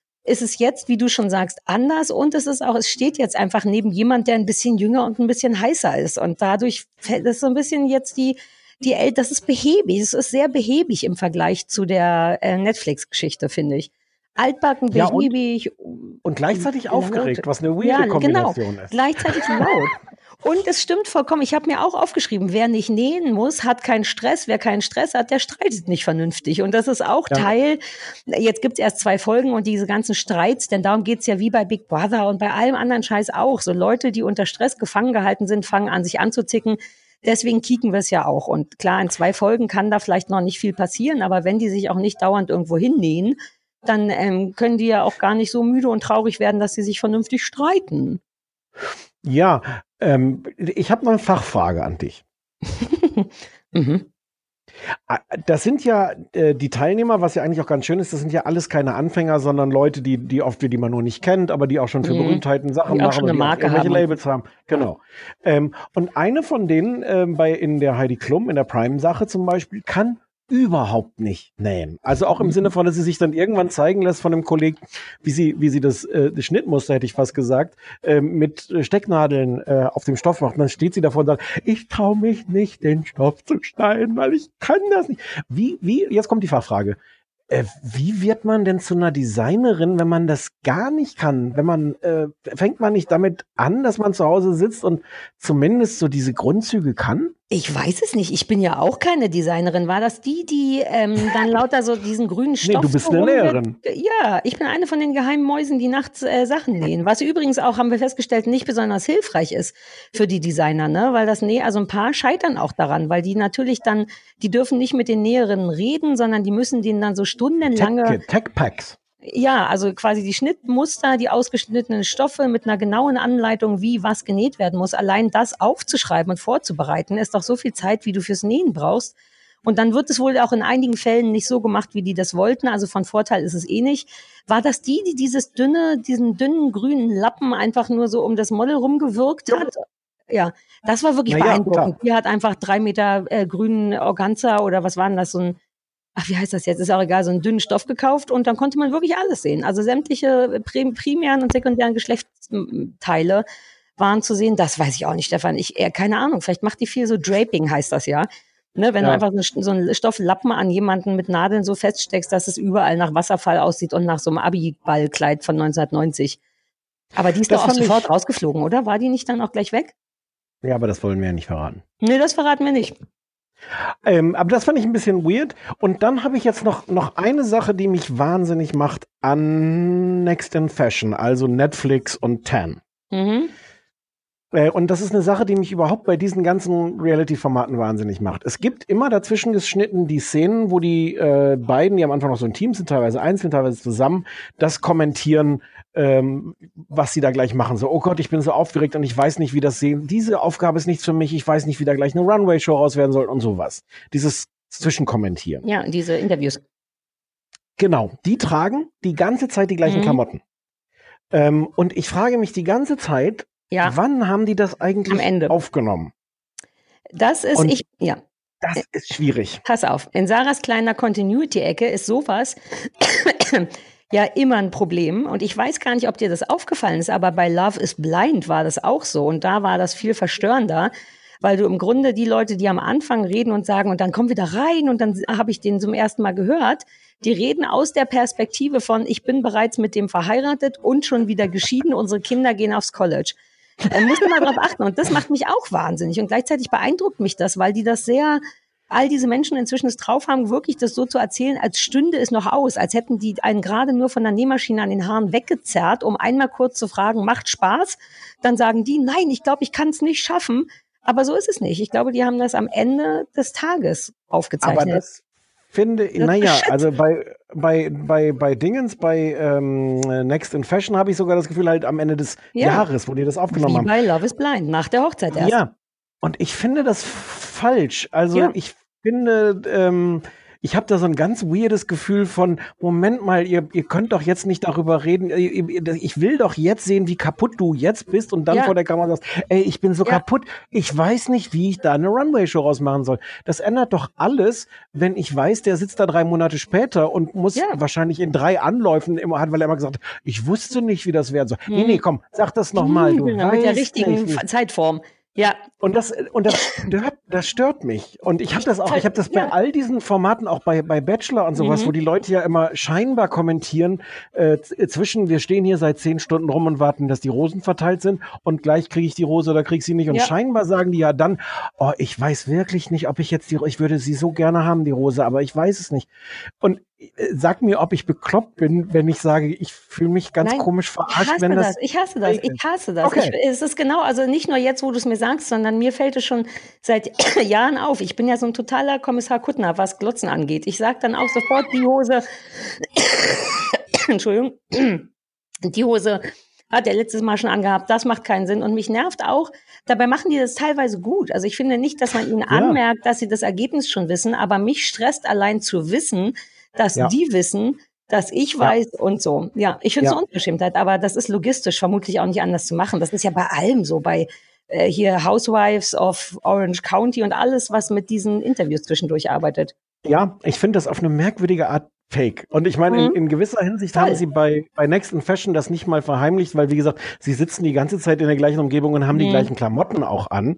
es jetzt, wie du schon sagst, anders und es steht jetzt einfach neben jemand, der ein bisschen jünger und ein bisschen heißer ist und dadurch fällt es so ein bisschen jetzt das ist behäbig, es ist sehr behäbig im Vergleich zu der Netflix-Geschichte, finde ich. Altbacken, behäbig. Und gleichzeitig aufgeregt, was eine weirde Kombination ist. Gleichzeitig laut. Und es stimmt vollkommen, ich habe mir auch aufgeschrieben, wer nicht nähen muss, hat keinen Stress. Wer keinen Stress hat, der streitet nicht vernünftig. Und das ist auch Teil, jetzt gibt's erst 2 Folgen und diese ganzen Streits, denn darum geht's ja wie bei Big Brother und bei allem anderen Scheiß auch. So Leute, die unter Stress gefangen gehalten sind, fangen an, sich anzuzicken. Deswegen kicken wir es ja auch. Und klar, in 2 Folgen kann da vielleicht noch nicht viel passieren, aber wenn die sich auch nicht dauernd irgendwo hinnähen, dann können die ja auch gar nicht so müde und traurig werden, dass sie sich vernünftig streiten. Ja, ich habe mal eine Fachfrage an dich. Das sind ja die Teilnehmer, was ja eigentlich auch ganz schön ist, das sind ja alles keine Anfänger, sondern Leute, die oft die man nur nicht kennt, aber die auch schon für Berühmtheiten Sachen die machen auch schon eine und Marke irgendwelche haben. Labels haben. Genau. Und eine von denen in der Heidi Klum, in der Prime-Sache zum Beispiel, kann überhaupt nicht nähen. Also auch im Sinne von, dass sie sich dann irgendwann zeigen lässt von einem Kollegen, wie sie das Schnittmuster, hätte ich fast gesagt, mit Stecknadeln auf dem Stoff macht. Und dann steht sie davor und sagt, ich traue mich nicht, den Stoff zu schneiden, weil ich kann das nicht. Jetzt kommt die Fachfrage. Wie wird man denn zu einer Designerin, wenn man das gar nicht kann? Fängt man nicht damit an, dass man zu Hause sitzt und zumindest so diese Grundzüge kann? Ich weiß es nicht. Ich bin ja auch keine Designerin. War das die dann lauter so diesen grünen Stoff... Nee, du bist eine Näherin. Ja, ich bin eine von den geheimen Mäusen, die nachts Sachen nähen. Was übrigens auch, haben wir festgestellt, nicht besonders hilfreich ist für die Designer, ne? Weil also ein paar scheitern auch daran, weil die natürlich dann, die dürfen nicht mit den Näherinnen reden, sondern die müssen denen dann so stundenlange... Tech-Packs. Ja, also quasi die Schnittmuster, die ausgeschnittenen Stoffe mit einer genauen Anleitung, wie was genäht werden muss. Allein das aufzuschreiben und vorzubereiten, ist doch so viel Zeit, wie du fürs Nähen brauchst. Und dann wird es wohl auch in einigen Fällen nicht so gemacht, wie die das wollten. Also von Vorteil ist es eh nicht. War das die diesen dünnen grünen Lappen einfach nur so um das Model rumgewirkt hat? Ja, das war wirklich beeindruckend. Die hat einfach 3 Meter grünen Organza oder was war denn das, wie heißt das jetzt? Ist auch egal, so einen dünnen Stoff gekauft und dann konnte man wirklich alles sehen. Also sämtliche primären und sekundären Geschlechtsteile waren zu sehen. Das weiß ich auch nicht, Stefan. Keine Ahnung, vielleicht macht die viel so Draping, heißt das ja. Ne, wenn du einfach so einen Stofflappen an jemanden mit Nadeln so feststeckst, dass es überall nach Wasserfall aussieht und nach so einem Abi-Ballkleid von 1990. Aber die ist doch auch sofort rausgeflogen, oder? War die nicht dann auch gleich weg? Ja, aber das wollen wir ja nicht verraten. Nee, das verraten wir nicht. Aber das fand ich ein bisschen weird. Und dann habe ich jetzt noch eine Sache, die mich wahnsinnig macht an Next in Fashion, also Netflix und Tan. Mhm. Und das ist eine Sache, die mich überhaupt bei diesen ganzen Reality-Formaten wahnsinnig macht. Es gibt immer dazwischen geschnitten die Szenen, wo die beiden, die am Anfang noch so ein Team sind, teilweise einzeln, teilweise zusammen, das kommentieren, was sie da gleich machen. So, oh Gott, ich bin so aufgeregt und ich weiß nicht, wie das sehen. Diese Aufgabe ist nichts für mich. Ich weiß nicht, wie da gleich eine Runway-Show raus werden soll und sowas. Dieses Zwischenkommentieren. Ja, diese Interviews. Genau, die tragen die ganze Zeit die gleichen Klamotten. Und ich frage mich die ganze Zeit, wann haben die das eigentlich aufgenommen? Das ist, das ist schwierig. Pass auf, in Sarahs kleiner Continuity-Ecke ist sowas ja immer ein Problem. Und ich weiß gar nicht, ob dir das aufgefallen ist, aber bei Love is Blind war das auch so. Und da war das viel verstörender, weil du im Grunde die Leute, die am Anfang reden und sagen, und dann komm wieder rein und dann habe ich den zum ersten Mal gehört, die reden aus der Perspektive von, ich bin bereits mit dem verheiratet und schon wieder geschieden, unsere Kinder gehen aufs College. Da musst du mal drauf achten. Und das macht mich auch wahnsinnig. Und gleichzeitig beeindruckt mich das, weil die das all diese Menschen inzwischen es drauf haben, wirklich das so zu erzählen, als stünde es noch aus, als hätten die einen gerade nur von der Nähmaschine an den Haaren weggezerrt, um einmal kurz zu fragen, macht Spaß? Dann sagen die, nein, ich glaube, ich kann es nicht schaffen. Aber so ist es nicht. Ich glaube, die haben das am Ende des Tages aufgezeichnet. Aber das finde ich, also bei Dingens, bei Next in Fashion habe ich sogar das Gefühl, halt am Ende des Jahres, wo die das aufgenommen haben. Wie bei Love is Blind, nach der Hochzeit erst. Ja, und ich finde das falsch. Also ich finde, ich habe da so ein ganz weirdes Gefühl von, Moment mal, ihr könnt doch jetzt nicht darüber reden, ich will doch jetzt sehen, wie kaputt du jetzt bist und dann vor der Kamera sagst, ey, ich bin so kaputt, ich weiß nicht, wie ich da eine Runway-Show rausmachen soll. Das ändert doch alles, wenn ich weiß, der sitzt da 3 Monate später und muss wahrscheinlich in 3 Anläufen weil er immer gesagt hat, ich wusste nicht, wie das werden soll. Nee, komm, sag das nochmal. Mit der richtigen Zeitform. Ja. Und das stört mich. Und ich habe das bei all diesen Formaten, auch bei Bachelor und sowas, wo die Leute ja immer scheinbar kommentieren, wir stehen hier seit 10 Stunden rum und warten, dass die Rosen verteilt sind und gleich kriege ich die Rose oder kriege ich sie nicht. Und scheinbar sagen die ja dann, oh, ich weiß wirklich nicht, ob ich würde sie so gerne haben, die Rose, aber ich weiß es nicht. Und sag mir, ob ich bekloppt bin, wenn ich sage, ich fühle mich ganz komisch verarscht. Ich hasse das. Okay. Es ist genau, also nicht nur jetzt, wo du es mir sagst, sondern mir fällt es schon seit Jahren auf. Ich bin ja so ein totaler Kommissar Kuttner, was Glotzen angeht. Ich sag dann auch sofort, die Hose, Entschuldigung, die Hose hat er letztes Mal schon angehabt, das macht keinen Sinn. Und mich nervt auch, dabei machen die das teilweise gut. Also ich finde nicht, dass man ihnen anmerkt, dass sie das Ergebnis schon wissen, aber mich stresst allein zu wissen, dass die wissen, dass ich weiß und so. Ja, ich finde es eine Unverschämtheit, aber das ist logistisch vermutlich auch nicht anders zu machen. Das ist ja bei allem so, bei hier Housewives of Orange County und alles, was mit diesen Interviews zwischendurch arbeitet. Ja, ich finde das auf eine merkwürdige Art fake. Und ich meine, in gewisser Hinsicht haben sie bei Next in Fashion das nicht mal verheimlicht, weil, wie gesagt, sie sitzen die ganze Zeit in der gleichen Umgebung und haben die gleichen Klamotten auch an.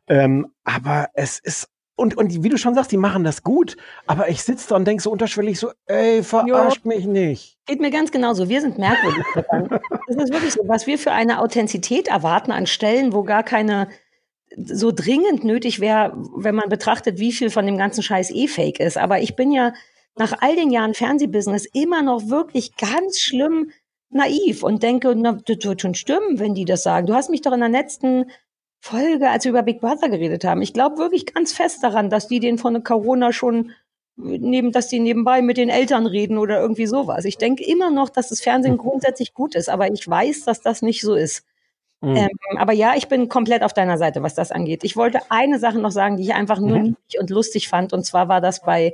Aber es ist Und wie du schon sagst, die machen das gut, aber ich sitze da und denke so unterschwellig so, ey, verarscht mich nicht. Geht mir ganz genauso. Wir sind merkwürdig. Das ist wirklich so, was wir für eine Authentizität erwarten an Stellen, wo gar keine so dringend nötig wäre, wenn man betrachtet, wie viel von dem ganzen Scheiß fake ist. Aber ich bin ja nach all den Jahren Fernsehbusiness immer noch wirklich ganz schlimm naiv und denke, na, das wird schon stimmen, wenn die das sagen. Du hast mich doch in der letzten Folge, als wir über Big Brother geredet haben. Ich glaube wirklich ganz fest daran, dass die den von Corona schon dass die nebenbei mit den Eltern reden oder irgendwie sowas. Ich denke immer noch, dass das Fernsehen grundsätzlich gut ist, aber ich weiß, dass das nicht so ist. Aber ja, ich bin komplett auf deiner Seite, was das angeht. Ich wollte eine Sache noch sagen, die ich einfach nur niedlich und lustig fand, und zwar war das bei,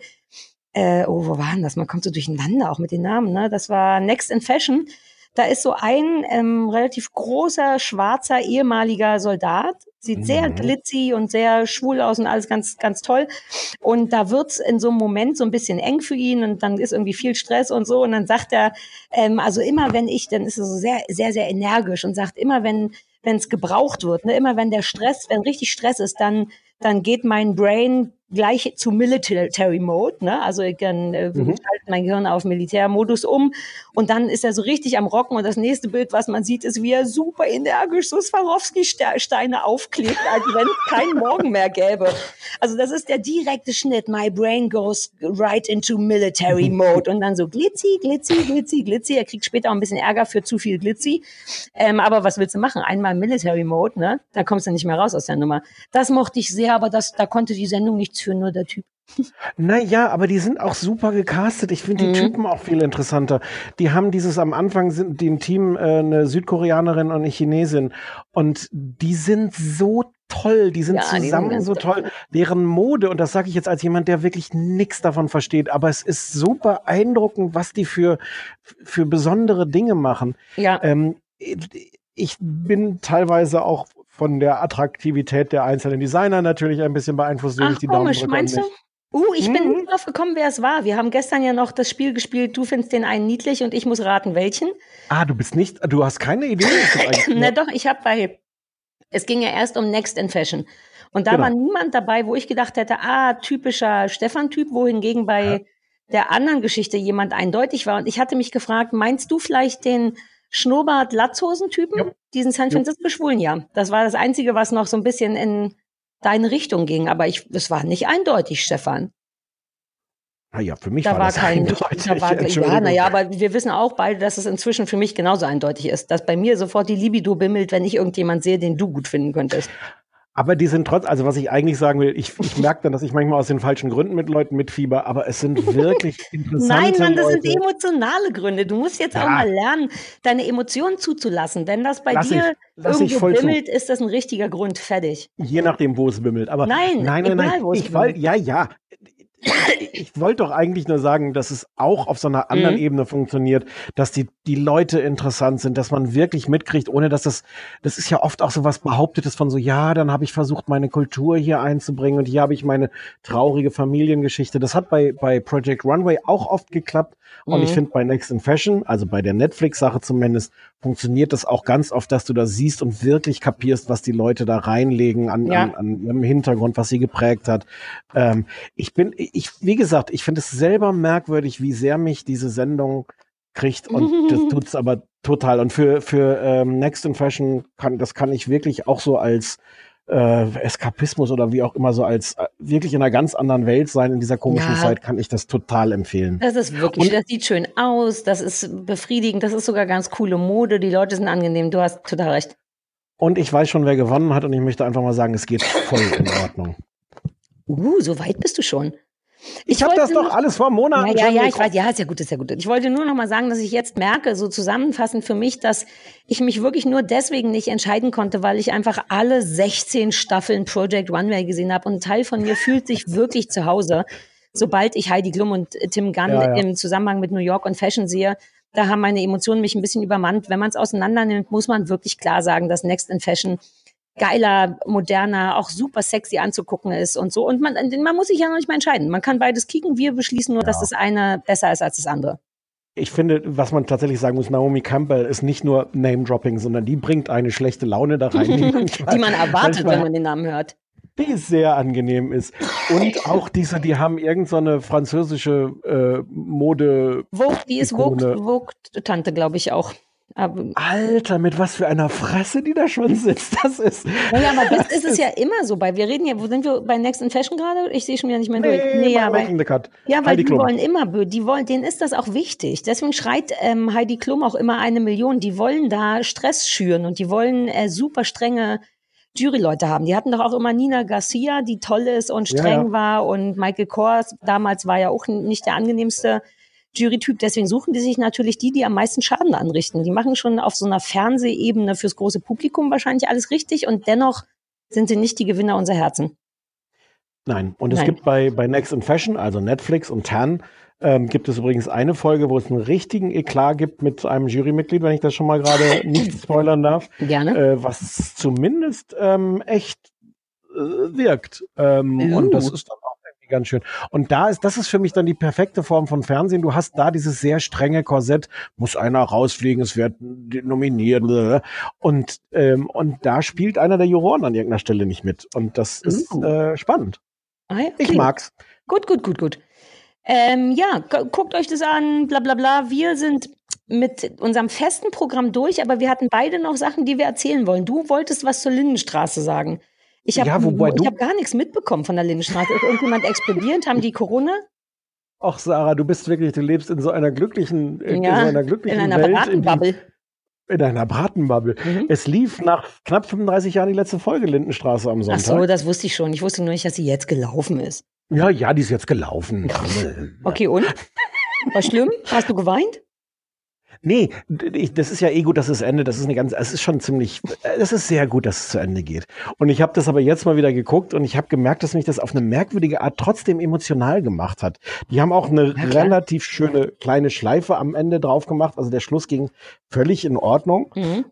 wo war denn das? Man kommt so durcheinander auch mit den Namen, ne? Das war Next in Fashion. Da ist so ein relativ großer, schwarzer, ehemaliger Soldat. Sieht sehr glitzy und sehr schwul aus und alles ganz, ganz toll. Und da wird's in so einem Moment so ein bisschen eng für ihn und dann ist irgendwie viel Stress und so. Und dann sagt er, also immer wenn dann ist er so sehr, sehr, sehr energisch und sagt, immer wenn wenn es gebraucht wird, ne? Immer wenn richtig Stress ist, dann geht mein Brain gleich zu Military Mode, ne? Also ich kann schalte mein Gehirn auf Militärmodus um und dann ist er so richtig am Rocken und das nächste Bild, was man sieht, ist, wie er super energisch so Swarovski-Steine aufklebt, als wenn es keinen Morgen mehr gäbe. Also das ist der direkte Schnitt. My brain goes right into Military Mode und dann so Glitzy, Glitzy, Glitzy, Glitzy. Er kriegt später auch ein bisschen Ärger für zu viel Glitzy. Aber was willst du machen? Einmal Military Mode, ne? Da kommst du nicht mehr raus aus der Nummer. Das mochte ich sehr, aber da konnte die Sendung nichts für, nur der Typ. Naja, aber die sind auch super gecastet. Ich finde die Typen auch viel interessanter. Die haben am Anfang sind die im Team eine Südkoreanerin und eine Chinesin. Und die sind so toll, die sind zusammen so toll. Deren Mode, und das sage ich jetzt als jemand, der wirklich nichts davon versteht, aber es ist so beeindruckend, was die für besondere Dinge machen. Ja. Ich bin teilweise auch von der Attraktivität der einzelnen Designer natürlich ein bisschen beeinflusst. Ach, komisch, meinst du? Ich bin nicht drauf gekommen, wer es war. Wir haben gestern ja noch das Spiel gespielt, du findest den einen niedlich und ich muss raten, welchen. Du hast keine Idee? Na doch, es ging ja erst um Next in Fashion. Und da war niemand dabei, wo ich gedacht hätte, typischer Stefan-Typ, wohingegen bei der anderen Geschichte jemand eindeutig war. Und ich hatte mich gefragt, meinst du vielleicht den Schnurrbart-Latzhosen-Typen? Diesen San Francisco Schwulen, ja. Das war das Einzige, was noch so ein bisschen in deine Richtung ging, aber es war nicht eindeutig, Stefan. Ja, für mich war das eindeutig. Aber wir wissen auch beide, dass es inzwischen für mich genauso eindeutig ist, dass bei mir sofort die Libido bimmelt, wenn ich irgendjemand sehe, den du gut finden könntest. Aber die sind also was ich eigentlich sagen will, ich merke dann, dass ich manchmal aus den falschen Gründen mit Leuten mitfieber, aber es sind wirklich interessante Nein, Mann, das Leute. sind emotionale Gründe. Du musst jetzt auch mal lernen, deine Emotionen zuzulassen. Wenn das bei dir irgendwo bimmelt, ist das ein richtiger Grund. Fertig. Je nachdem, wo es bimmelt. Aber nein. Wo es bimmelt. Ich wollte doch eigentlich nur sagen, dass es auch auf so einer anderen Ebene funktioniert, dass die Leute interessant sind, dass man wirklich mitkriegt, ohne dass das ist ja oft auch so was Behauptetes von so, dann habe ich versucht, meine Kultur hier einzubringen und hier habe ich meine traurige Familiengeschichte. Das hat bei Project Runway auch oft geklappt und ich finde bei Next in Fashion, also bei der Netflix-Sache zumindest, funktioniert das auch ganz oft, dass du da siehst und wirklich kapierst, was die Leute da reinlegen an ihrem Hintergrund, was sie geprägt hat. Wie gesagt, ich finde es selber merkwürdig, wie sehr mich diese Sendung kriegt und das tut's aber total. Und für Next in Fashion kann ich wirklich auch so als Eskapismus oder wie auch immer so als wirklich in einer ganz anderen Welt sein in dieser komischen Zeit, kann ich das total empfehlen. Das ist wirklich, das sieht schön aus, das ist befriedigend, das ist sogar ganz coole Mode, die Leute sind angenehm, du hast total recht. Und ich weiß schon, wer gewonnen hat und ich möchte einfach mal sagen, es geht voll in Ordnung. So weit bist du schon. Ich habe das doch alles vor Monaten ich weiß, ist ja gut. Ich wollte nur noch mal sagen, dass ich jetzt merke, so zusammenfassend für mich, dass ich mich wirklich nur deswegen nicht entscheiden konnte, weil ich einfach alle 16 Staffeln Project Runway gesehen habe und ein Teil von mir fühlt sich wirklich zu Hause. Sobald ich Heidi Klum und Tim Gunn im Zusammenhang mit New York und Fashion sehe, da haben meine Emotionen mich ein bisschen übermannt. Wenn man es auseinander nimmt, muss man wirklich klar sagen, dass Next in Fashion geiler, moderner, auch super sexy anzugucken ist und so. Und man muss sich ja noch nicht mal entscheiden. Man kann beides kicken. Wir beschließen nur, dass das eine besser ist als das andere. Ich finde, was man tatsächlich sagen muss, Naomi Campbell ist nicht nur Name-Dropping, sondern die bringt eine schlechte Laune da rein. Die man erwartet, wenn man den Namen hört. Die sehr angenehm ist. Und auch die haben irgend so eine französische Mode. Vogue, die ist Vogue-Tante, glaube ich auch. Alter, mit was für einer Fresse die da schon sitzt, das ist. Ja, aber das ist es ja immer so. Wir reden ja, wo sind wir bei Next in Fashion gerade? Ich sehe schon wieder nicht mehr durch. Weil die wollen immer, denen ist das auch wichtig. Deswegen schreit Heidi Klum auch immer 1 Million. Die wollen da Stress schüren und die wollen super strenge Juryleute haben. Die hatten doch auch immer Nina Garcia, die toll ist und streng war, und Michael Kors damals war ja auch nicht der angenehmste Jurytyp, deswegen suchen die sich natürlich die am meisten Schaden anrichten. Die machen schon auf so einer Fernsehebene fürs große Publikum wahrscheinlich alles richtig und dennoch sind sie nicht die Gewinner unserer Herzen. Nein, und es gibt bei Next in Fashion, also Netflix und Tan, gibt es übrigens eine Folge, wo es einen richtigen Eklat gibt mit einem Jurymitglied, wenn ich das schon mal gerade nicht spoilern darf. Gerne. Was zumindest echt wirkt. Und das ist dann auch ganz schön. Und das ist für mich dann die perfekte Form von Fernsehen. Du hast da dieses sehr strenge Korsett, muss einer rausfliegen, es wird nominiert. Und da spielt einer der Juroren an irgendeiner Stelle nicht mit. Und das ist spannend. Ah, ja, okay. Ich mag's. Gut. Ja, guckt euch das an, bla bla bla. Wir sind mit unserem festen Programm durch, aber wir hatten beide noch Sachen, die wir erzählen wollen. Du wolltest was zur Lindenstraße sagen. Ich habe gar nichts mitbekommen von der Lindenstraße. Ist irgendjemand explodiert? Haben die Corona? Ach, Sarah, du lebst in so einer glücklichen, in einer Welt. Bratenbubble. In einer Bratenbubble. Es lief nach knapp 35 Jahren die letzte Folge Lindenstraße am Sonntag. Ach so, das wusste ich schon. Ich wusste nur nicht, dass sie jetzt gelaufen ist. Ja, die ist jetzt gelaufen. Okay, und? War schlimm? Hast du geweint? Nee, das ist ja gut, dass es endet. Es ist sehr gut, dass es zu Ende geht. Und ich habe das aber jetzt mal wieder geguckt und ich habe gemerkt, dass mich das auf eine merkwürdige Art trotzdem emotional gemacht hat. Die haben auch eine relativ schöne kleine Schleife am Ende drauf gemacht. Also der Schluss ging völlig in Ordnung.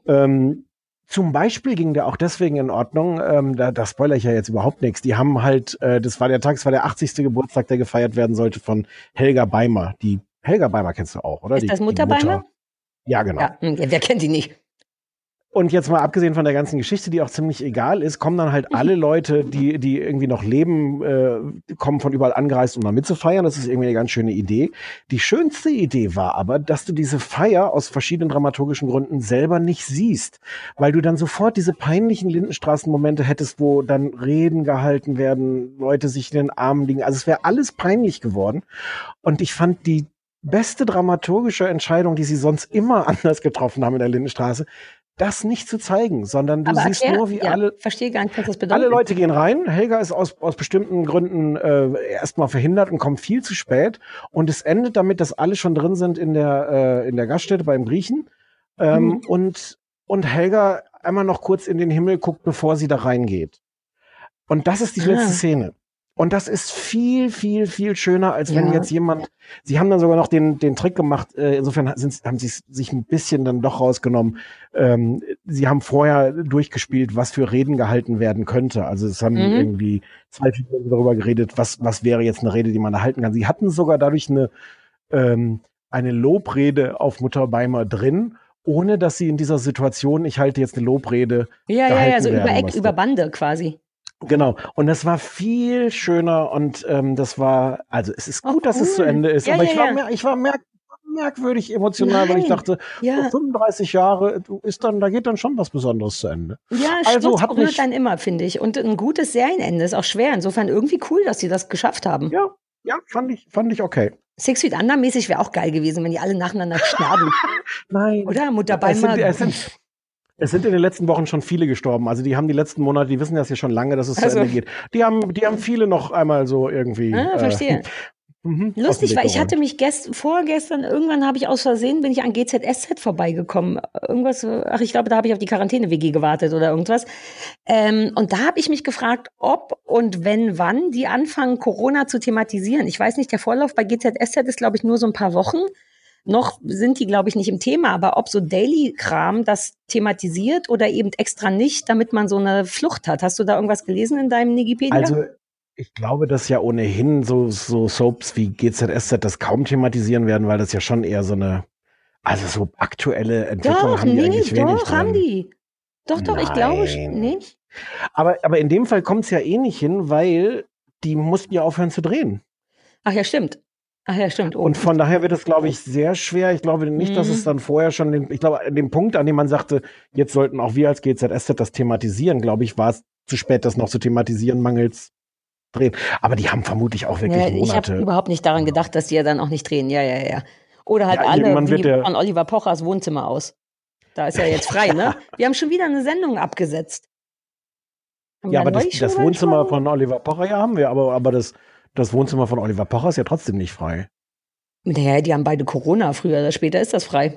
Zum Beispiel ging der auch deswegen in Ordnung, da spoilere ich ja jetzt überhaupt nichts. Die haben halt, das war der 80. Geburtstag, der gefeiert werden sollte von Helga Beimer. Die Helga Beimer kennst du auch, oder? Ist das Mutter Beimer? Ja, genau. Ja, wer kennt die nicht? Und jetzt mal abgesehen von der ganzen Geschichte, die auch ziemlich egal ist, kommen dann halt alle Leute, die irgendwie noch leben, kommen von überall angereist, um da mitzufeiern. Das ist irgendwie eine ganz schöne Idee. Die schönste Idee war aber, dass du diese Feier aus verschiedenen dramaturgischen Gründen selber nicht siehst, weil du dann sofort diese peinlichen Lindenstraßenmomente hättest, wo dann Reden gehalten werden, Leute sich in den Armen liegen. Also es wäre alles peinlich geworden. Und ich fand die beste dramaturgische Entscheidung, die sie sonst immer anders getroffen haben in der Lindenstraße, das nicht zu zeigen, sondern du siehst nur, wie verstehe gar nicht, was das bedeutet. Alle Leute gehen rein. Helga ist aus bestimmten Gründen erstmal verhindert und kommt viel zu spät. Und es endet damit, dass alle schon drin sind in der Gaststätte beim Griechen. Und Helga einmal noch kurz in den Himmel guckt, bevor sie da reingeht. Und das ist die letzte Szene. Und das ist viel, viel, viel schöner, als wenn jetzt jemand, sie haben dann sogar noch den Trick gemacht, insofern haben sie sich ein bisschen dann doch rausgenommen. Sie haben vorher durchgespielt, was für Reden gehalten werden könnte. Also es haben irgendwie 2 Figuren darüber geredet, was wäre jetzt eine Rede, die man da halten kann. Sie hatten sogar dadurch eine Lobrede auf Mutter Beimer drin, ohne dass sie in dieser Situation, ich halte jetzt eine Lobrede, so über Bande quasi. Genau. Und das war viel schöner und es ist gut, dass es zu Ende ist. Aber ich war merkwürdig emotional, weil ich dachte, 35 Jahre, da geht dann schon was Besonderes zu Ende. Ja, also berührt dann immer, finde ich. Und ein gutes Serienende ist auch schwer. Insofern irgendwie cool, dass sie das geschafft haben. Ja, fand ich okay. 6 Feet Under mäßig wäre auch geil gewesen, wenn die alle nacheinander sterben. Nein. Oder? Mutter Beimer. Es sind in den letzten Wochen schon viele gestorben. Also die haben die letzten Monate, die wissen das ja schon lange, dass es zu Ende geht. Die haben viele noch einmal so irgendwie. Verstehe. Lustig, weil ich hatte mich vorgestern, irgendwann habe ich aus Versehen, bin ich an GZSZ vorbeigekommen. Ich glaube, da habe ich auf die Quarantäne-WG gewartet oder irgendwas. Und da habe ich mich gefragt, ob und wann die anfangen, Corona zu thematisieren. Ich weiß nicht, der Vorlauf bei GZSZ ist, glaube ich, nur so ein paar Wochen. Noch sind die, glaube ich, nicht im Thema, aber ob so Daily-Kram das thematisiert oder eben extra nicht, damit man so eine Flucht hat. Hast du da irgendwas gelesen in deinem Nigipedia? Also ich glaube, dass ja ohnehin so Soaps wie GZSZ das kaum thematisieren werden, weil das ja schon eher so so aktuelle Entwicklung haben die eigentlich wenig dran. Haben die. Doch, ich glaube nicht. Aber in dem Fall kommt es ja eh nicht hin, weil die mussten ja aufhören zu drehen. Ach ja, stimmt. Und von daher wird es, glaube ich, sehr schwer. Ich glaube nicht, dass es dann vorher schon den Punkt, an dem man sagte, jetzt sollten auch wir als GZSZ das thematisieren, glaube ich, war es zu spät, das noch zu thematisieren, mangels Drehen. Aber die haben vermutlich auch wirklich Monate. Ich habe überhaupt nicht daran gedacht, dass die ja dann auch nicht drehen. Ja. Oder halt alle von Oliver Pochers Wohnzimmer aus. Da ist ja jetzt frei, ne? Wir haben schon wieder eine Sendung abgesetzt. Aber das Wohnzimmer von Oliver Pocher, haben wir, aber das Wohnzimmer von Oliver Pocher ist ja trotzdem nicht frei. Naja, die haben beide Corona. Früher oder später ist das frei.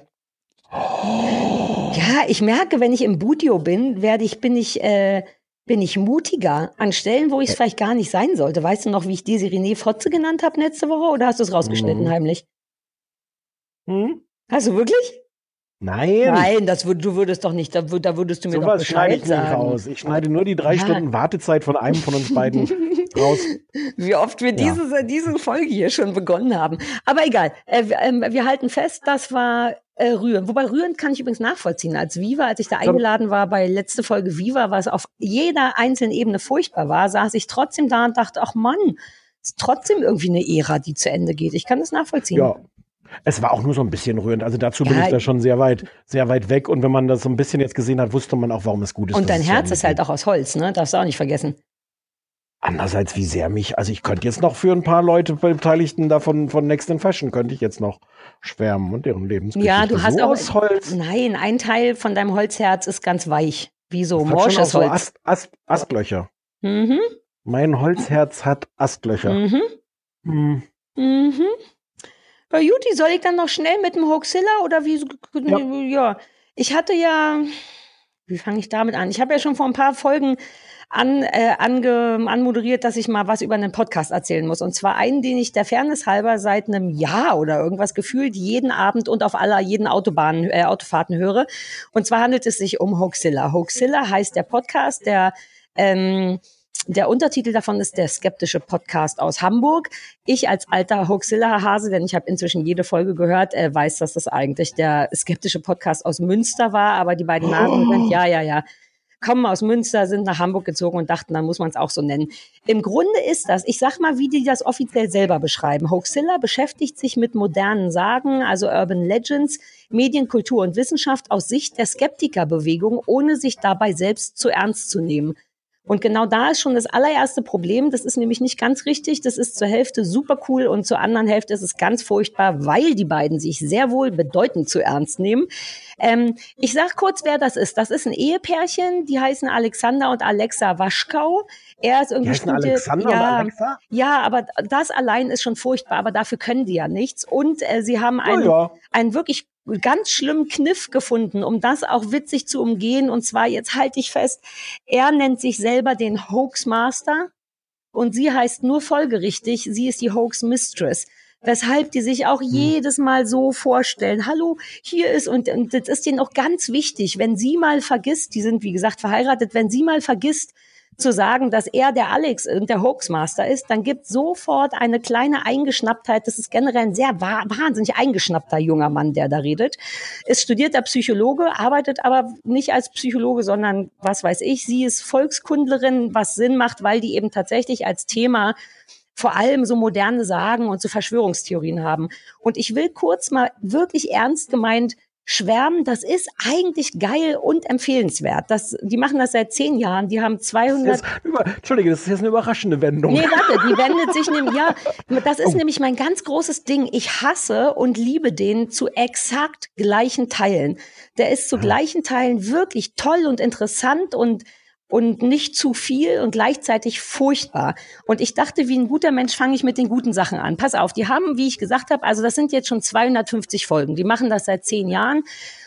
Ja, ich merke, wenn ich im Budio bin, bin ich mutiger an Stellen, wo ich es vielleicht gar nicht sein sollte. Weißt du noch, wie ich Desiree Fotze genannt habe letzte Woche? Oder hast du es rausgeschnitten heimlich? Hast du wirklich? Nein, du würdest doch nicht, da würdest du mir doch Bescheid schneide ich sagen. nicht raus. Ich schneide nur die 3 Stunden Wartezeit von einem von uns beiden Raus. Wie oft wir diese Folge hier schon begonnen haben. Aber egal, wir halten fest, das war Rühren. Wobei Rühren kann ich übrigens nachvollziehen. Als ich da eingeladen war bei letzte Folge Viva, was auf jeder einzelnen Ebene furchtbar war, saß ich trotzdem da und dachte, ach Mann, ist trotzdem irgendwie eine Ära, die zu Ende geht. Ich kann das nachvollziehen. Ja. Es war auch nur so ein bisschen rührend. Also dazu bin ich da schon sehr weit weg. Und wenn man das so ein bisschen jetzt gesehen hat, wusste man auch, warum es gut ist. Und dein Herz ist halt auch aus Holz, ne? Darfst du auch nicht vergessen. Andererseits, wie sehr also ich könnte jetzt noch für ein paar Leute Beteiligten davon von Next in Fashion könnte ich jetzt noch schwärmen und deren Lebensgeschichte. Ja, du hast so auch aus Holz. Nein, ein Teil von deinem Holzherz ist ganz weich, wie so morsches Holz. So Astlöcher. Mhm. Mein Holzherz hat Astlöcher. Mhm. Mhm. Mhm. Ja, Juti, soll ich dann noch schnell mit dem Hoaxilla oder wie? Ja. Ich hatte ja, wie fange ich damit an? Ich habe ja schon vor ein paar Folgen anmoderiert, dass ich mal was über einen Podcast erzählen muss. Und zwar einen, den ich der Fairness halber seit einem Jahr oder irgendwas gefühlt jeden Abend und auf jeden Autofahrten höre. Und zwar handelt es sich um Hoaxilla. Hoaxilla heißt der Podcast, der Untertitel davon ist der skeptische Podcast aus Hamburg. Ich als alter Hoaxilla-Hase, denn ich habe inzwischen jede Folge gehört, weiß, dass das eigentlich der skeptische Podcast aus Münster war. Aber die beiden Namen sind, kommen aus Münster, sind nach Hamburg gezogen und dachten, dann muss man es auch so nennen. Im Grunde ist das, ich sag mal, wie die das offiziell selber beschreiben. Hoaxilla beschäftigt sich mit modernen Sagen, also Urban Legends, Medien, Kultur und Wissenschaft aus Sicht der Skeptikerbewegung, ohne sich dabei selbst zu ernst zu nehmen. Und genau da ist schon das allererste Problem. Das ist nämlich nicht ganz richtig. Das ist zur Hälfte super cool und zur anderen Hälfte ist es ganz furchtbar, weil die beiden sich sehr wohl bedeutend zu ernst nehmen. Ich sag kurz, wer das ist. Das ist ein Ehepärchen, die heißen Alexander und Alexa Waschkau. Er ist irgendwie Alexander und Alexa? Ja, aber das allein ist schon furchtbar, aber dafür können die ja nichts. Und sie haben einen wirklich ganz schlimmen Kniff gefunden, um das auch witzig zu umgehen. Und zwar, jetzt halte ich fest, er nennt sich selber den Hoaxmaster und sie heißt nur folgerichtig, sie ist die Hoax Mistress. Weshalb die sich auch jedes Mal so vorstellen, hallo, hier ist, und das ist denen auch ganz wichtig, wenn sie mal vergisst, die sind wie gesagt verheiratet, wenn sie mal vergisst, zu sagen, dass er der Alex und der Hoaxmaster ist, dann gibt sofort eine kleine Eingeschnapptheit. Das ist generell ein sehr wahnsinnig eingeschnappter junger Mann, der da redet. Ist studierter Psychologe, arbeitet aber nicht als Psychologe, sondern, was weiß ich, sie ist Volkskundlerin, was Sinn macht, weil die eben tatsächlich als Thema vor allem so moderne Sagen und so Verschwörungstheorien haben. Und ich will kurz mal wirklich ernst gemeint schwärmen, das ist eigentlich geil und empfehlenswert. Die machen das seit 10 Jahren, die haben 200... Entschuldige, das ist jetzt eine überraschende Wendung. Nee, warte, die wendet sich nämlich, das ist nämlich mein ganz großes Ding. Ich hasse und liebe den zu exakt gleichen Teilen. Der ist zu gleichen Teilen wirklich toll und interessant und nicht zu viel und gleichzeitig furchtbar. Und ich dachte, wie ein guter Mensch fange ich mit den guten Sachen an. Pass auf, die haben, wie ich gesagt habe, also das sind jetzt schon 250 Folgen. Die machen das seit 10 Jahren.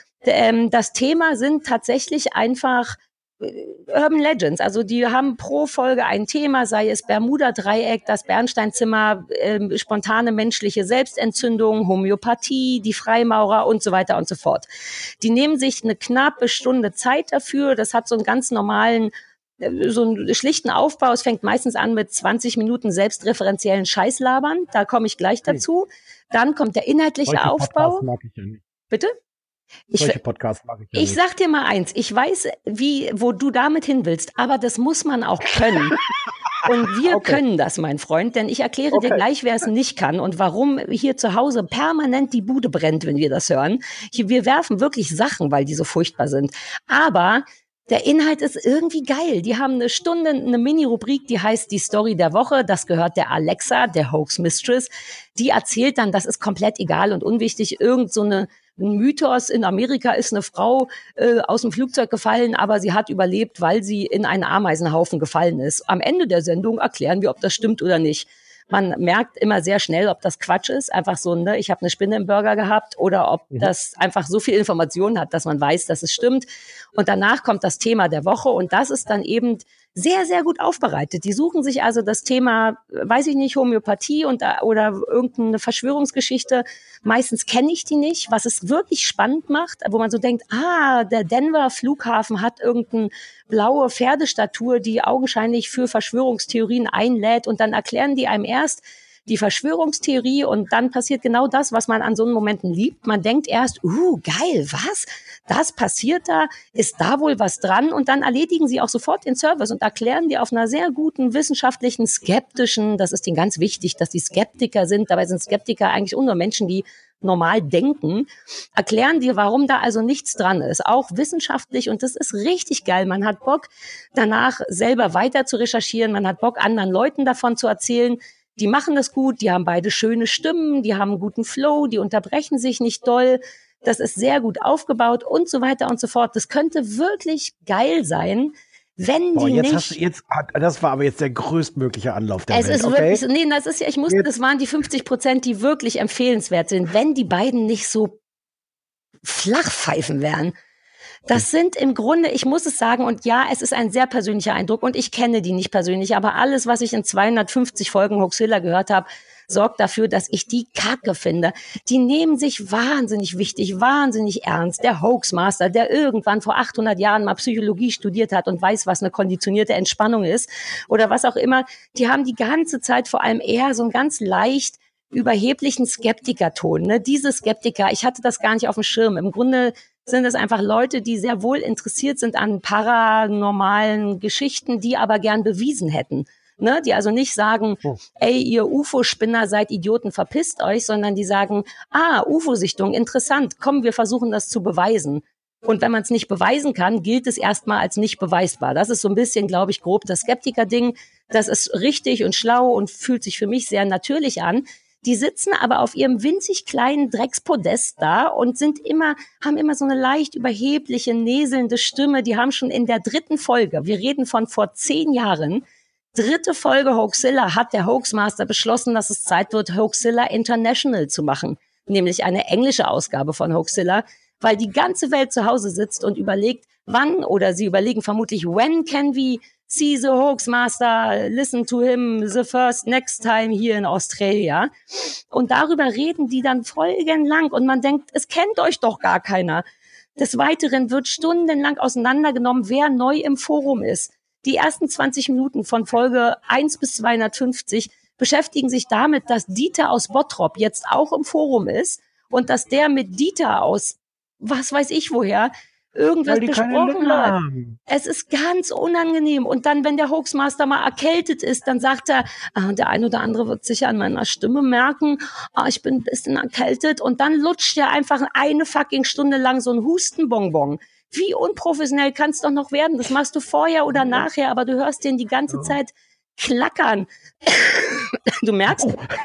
Das Thema sind tatsächlich einfach Urban Legends. Also die haben pro Folge ein Thema, sei es Bermuda-Dreieck, das Bernsteinzimmer, spontane menschliche Selbstentzündung, Homöopathie, die Freimaurer und so weiter und so fort. Die nehmen sich eine knappe Stunde Zeit dafür. Das hat so einen ganz normalen, so einen schlichten Aufbau. Es fängt meistens an mit 20 Minuten selbstreferenziellen Scheißlabern. Da komme ich gleich dazu. Dann kommt der inhaltliche Aufbau. Mag ich ja nicht. Bitte? Solche Podcasts mag ich ja nicht. Ich sag dir mal eins, ich weiß, wo du damit hin willst, aber das muss man auch können. Und wir können das, mein Freund, denn ich erkläre dir gleich, wer es nicht kann und warum hier zu Hause permanent die Bude brennt, wenn wir das hören. Wir werfen wirklich Sachen, weil die so furchtbar sind. Aber der Inhalt ist irgendwie geil. Die haben eine Stunde, eine Mini-Rubrik, die heißt die Story der Woche. Das gehört der Alexa, der Hoax Mistress. Die erzählt dann, das ist komplett egal und unwichtig, ein Mythos, in Amerika ist eine Frau aus dem Flugzeug gefallen, aber sie hat überlebt, weil sie in einen Ameisenhaufen gefallen ist. Am Ende der Sendung erklären wir, ob das stimmt oder nicht. Man merkt immer sehr schnell, ob das Quatsch ist, einfach so, ich habe eine Spinne im Burger gehabt, oder ob das einfach so viel Information hat, dass man weiß, dass es stimmt. Und danach kommt das Thema der Woche und das ist dann eben sehr, sehr gut aufbereitet. Die suchen sich also das Thema, weiß ich nicht, Homöopathie oder irgendeine Verschwörungsgeschichte. Meistens kenne ich die nicht, was es wirklich spannend macht, wo man so denkt, der Denver Flughafen hat irgendeine blaue Pferdestatue, die augenscheinlich für Verschwörungstheorien einlädt, und dann erklären die einem erst die Verschwörungstheorie und dann passiert genau das, was man an so Momenten liebt. Man denkt erst, geil, was? Das passiert da? Ist da wohl was dran? Und dann erledigen sie auch sofort den Service und erklären die auf einer sehr guten, wissenschaftlichen, skeptischen, das ist denen ganz wichtig, dass die Skeptiker sind. Dabei sind Skeptiker eigentlich nur Menschen, die normal denken, erklären dir, warum da also nichts dran ist, auch wissenschaftlich, und das ist richtig geil. Man hat Bock, danach selber weiter zu recherchieren, man hat Bock, anderen Leuten davon zu erzählen. Die machen das gut, die haben beide schöne Stimmen, die haben einen guten Flow, die unterbrechen sich nicht doll, das ist sehr gut aufgebaut und so weiter und so fort. Das könnte wirklich geil sein, wenn die das war aber jetzt der größtmögliche Anlauf der Welt. Ist okay? Wirklich, das waren die 50%, die wirklich empfehlenswert sind, wenn die beiden nicht so flachpfeifen wären. Das sind im Grunde, ich muss es sagen, und ja, es ist ein sehr persönlicher Eindruck und ich kenne die nicht persönlich, aber alles, was ich in 250 Folgen Hoaxilla gehört habe, sorgt dafür, dass ich die Kacke finde. Die nehmen sich wahnsinnig wichtig, wahnsinnig ernst. Der Hoaxmaster, der irgendwann vor 800 Jahren mal Psychologie studiert hat und weiß, was eine konditionierte Entspannung ist oder was auch immer, die haben die ganze Zeit vor allem eher so einen ganz leicht überheblichen Skeptikerton. Ne? Diese Skeptiker, ich hatte das gar nicht auf dem Schirm. Im Grunde sind es einfach Leute, die sehr wohl interessiert sind an paranormalen Geschichten, die aber gern bewiesen hätten. Ne? Die also nicht sagen, ey, ihr UFO-Spinner seid Idioten, verpisst euch, sondern die sagen, UFO-Sichtung, interessant, komm, wir versuchen das zu beweisen. Und wenn man es nicht beweisen kann, gilt es erstmal als nicht beweisbar. Das ist so ein bisschen, glaube ich, grob das Skeptiker-Ding. Das ist richtig und schlau und fühlt sich für mich sehr natürlich an. Die sitzen aber auf ihrem winzig kleinen Dreckspodest da und haben immer so eine leicht überhebliche, näselnde Stimme. Die haben schon in der 3. Folge, wir reden von vor 10 Jahren, 3. Folge Hoaxilla, hat der Hoaxmaster beschlossen, dass es Zeit wird, Hoaxilla International zu machen. Nämlich eine englische Ausgabe von Hoaxilla, weil die ganze Welt zu Hause sitzt und überlegt, wann, oder sie überlegen vermutlich, when can we see the Hoaxmaster, listen to him the next time here in Australia. Und darüber reden die dann folgenlang und man denkt, es kennt euch doch gar keiner. Des Weiteren wird stundenlang auseinandergenommen, wer neu im Forum ist. Die ersten 20 Minuten von Folge 1 bis 250 beschäftigen sich damit, dass Dieter aus Bottrop jetzt auch im Forum ist und dass der mit Dieter aus was weiß ich woher irgendwas besprochen hat. Es ist ganz unangenehm. Und dann, wenn der Hoaxmaster mal erkältet ist, dann sagt er, der ein oder andere wird sicher an meiner Stimme merken, ich bin ein bisschen erkältet. Und dann lutscht er einfach eine fucking Stunde lang so ein Hustenbonbon. Wie unprofessionell kann es doch noch werden? Das machst du vorher oder nachher, aber du hörst den die ganze Zeit klackern. Du merkst,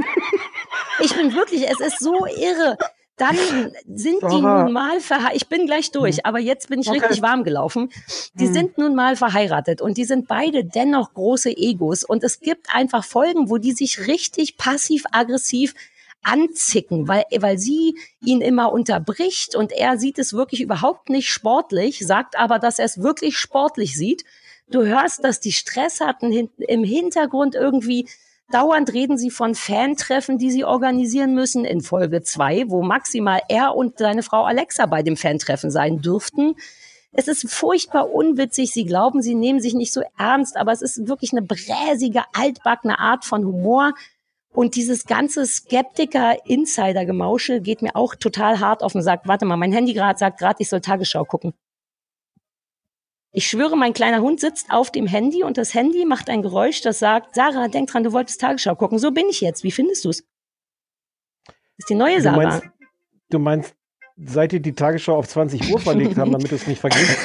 ich bin wirklich, es ist so irre. Dann sind die nun mal verheiratet. Ich bin gleich durch, aber jetzt bin ich richtig warm gelaufen. Die sind nun mal verheiratet und die sind beide dennoch große Egos. Und es gibt einfach Folgen, wo die sich richtig passiv-aggressiv anzicken, weil sie ihn immer unterbricht und er sieht es wirklich überhaupt nicht sportlich, sagt aber, dass er es wirklich sportlich sieht. Du hörst, dass die Stress hatten im Hintergrund irgendwie. Dauernd reden sie von Fantreffen, die sie organisieren müssen in Folge 2, wo maximal er und seine Frau Alexa bei dem Fantreffen sein dürften. Es ist furchtbar unwitzig. Sie glauben, sie nehmen sich nicht so ernst, aber es ist wirklich eine bräsige, altbackene Art von Humor. Und dieses ganze Skeptiker-Insider-Gemauschel geht mir auch total hart auf den Sack. Warte mal, mein Handy sagt gerade, ich soll Tagesschau gucken. Ich schwöre, mein kleiner Hund sitzt auf dem Handy und das Handy macht ein Geräusch, das sagt, Sarah, denk dran, du wolltest Tagesschau gucken. So bin ich jetzt. Wie findest du es? Das ist die neue Sarah. Du meinst, seit die Tagesschau auf 20 Uhr verlegt haben, damit es nicht vergisst?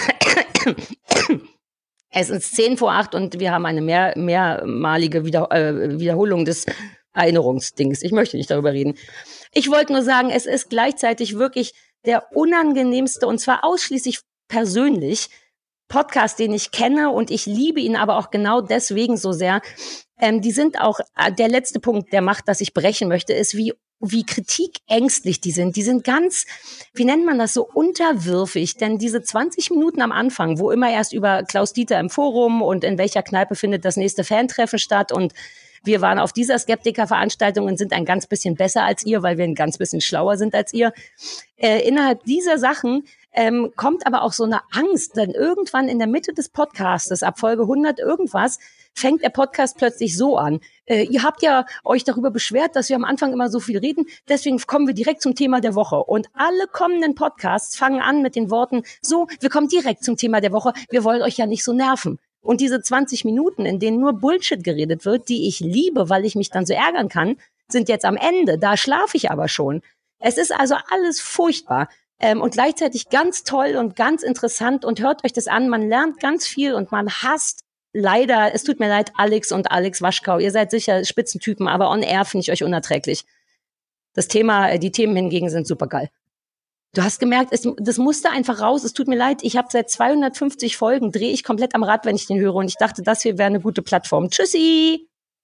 Es ist 7:50 und wir haben eine mehrmalige Wiederholung des Erinnerungsdings. Ich möchte nicht darüber reden. Ich wollte nur sagen, es ist gleichzeitig wirklich der unangenehmste, und zwar ausschließlich persönlich, Podcast, den ich kenne und ich liebe ihn aber auch genau deswegen so sehr. Die sind auch, der letzte Punkt, der macht, dass ich brechen möchte, ist, wie kritikängstlich die sind. Die sind ganz, wie nennt man das, so unterwürfig. Denn diese 20 Minuten am Anfang, wo immer erst über Klaus Dieter im Forum und in welcher Kneipe findet das nächste Fantreffen statt und wir waren auf dieser Skeptiker-Veranstaltung und sind ein ganz bisschen besser als ihr, weil wir ein ganz bisschen schlauer sind als ihr. Innerhalb dieser Sachen kommt aber auch so eine Angst, denn irgendwann in der Mitte des Podcastes, ab Folge 100 irgendwas, fängt der Podcast plötzlich so an. Ihr habt ja euch darüber beschwert, dass wir am Anfang immer so viel reden, deswegen kommen wir direkt zum Thema der Woche. Und alle kommenden Podcasts fangen an mit den Worten, so, wir kommen direkt zum Thema der Woche, wir wollen euch ja nicht so nerven. Und diese 20 Minuten, in denen nur Bullshit geredet wird, die ich liebe, weil ich mich dann so ärgern kann, sind jetzt am Ende. Da schlafe ich aber schon. Es ist also alles furchtbar. Und gleichzeitig ganz toll und ganz interessant und hört euch das an. Man lernt ganz viel und man hasst leider, es tut mir leid, Alex und Alex Waschkau. Ihr seid sicher Spitzentypen, aber on air finde ich euch unerträglich. Die Themen hingegen sind supergeil. Du hast gemerkt, das musste einfach raus. Es tut mir leid, ich habe seit 250 Folgen, drehe ich komplett am Rad, wenn ich den höre. Und ich dachte, das hier wäre eine gute Plattform. Tschüssi!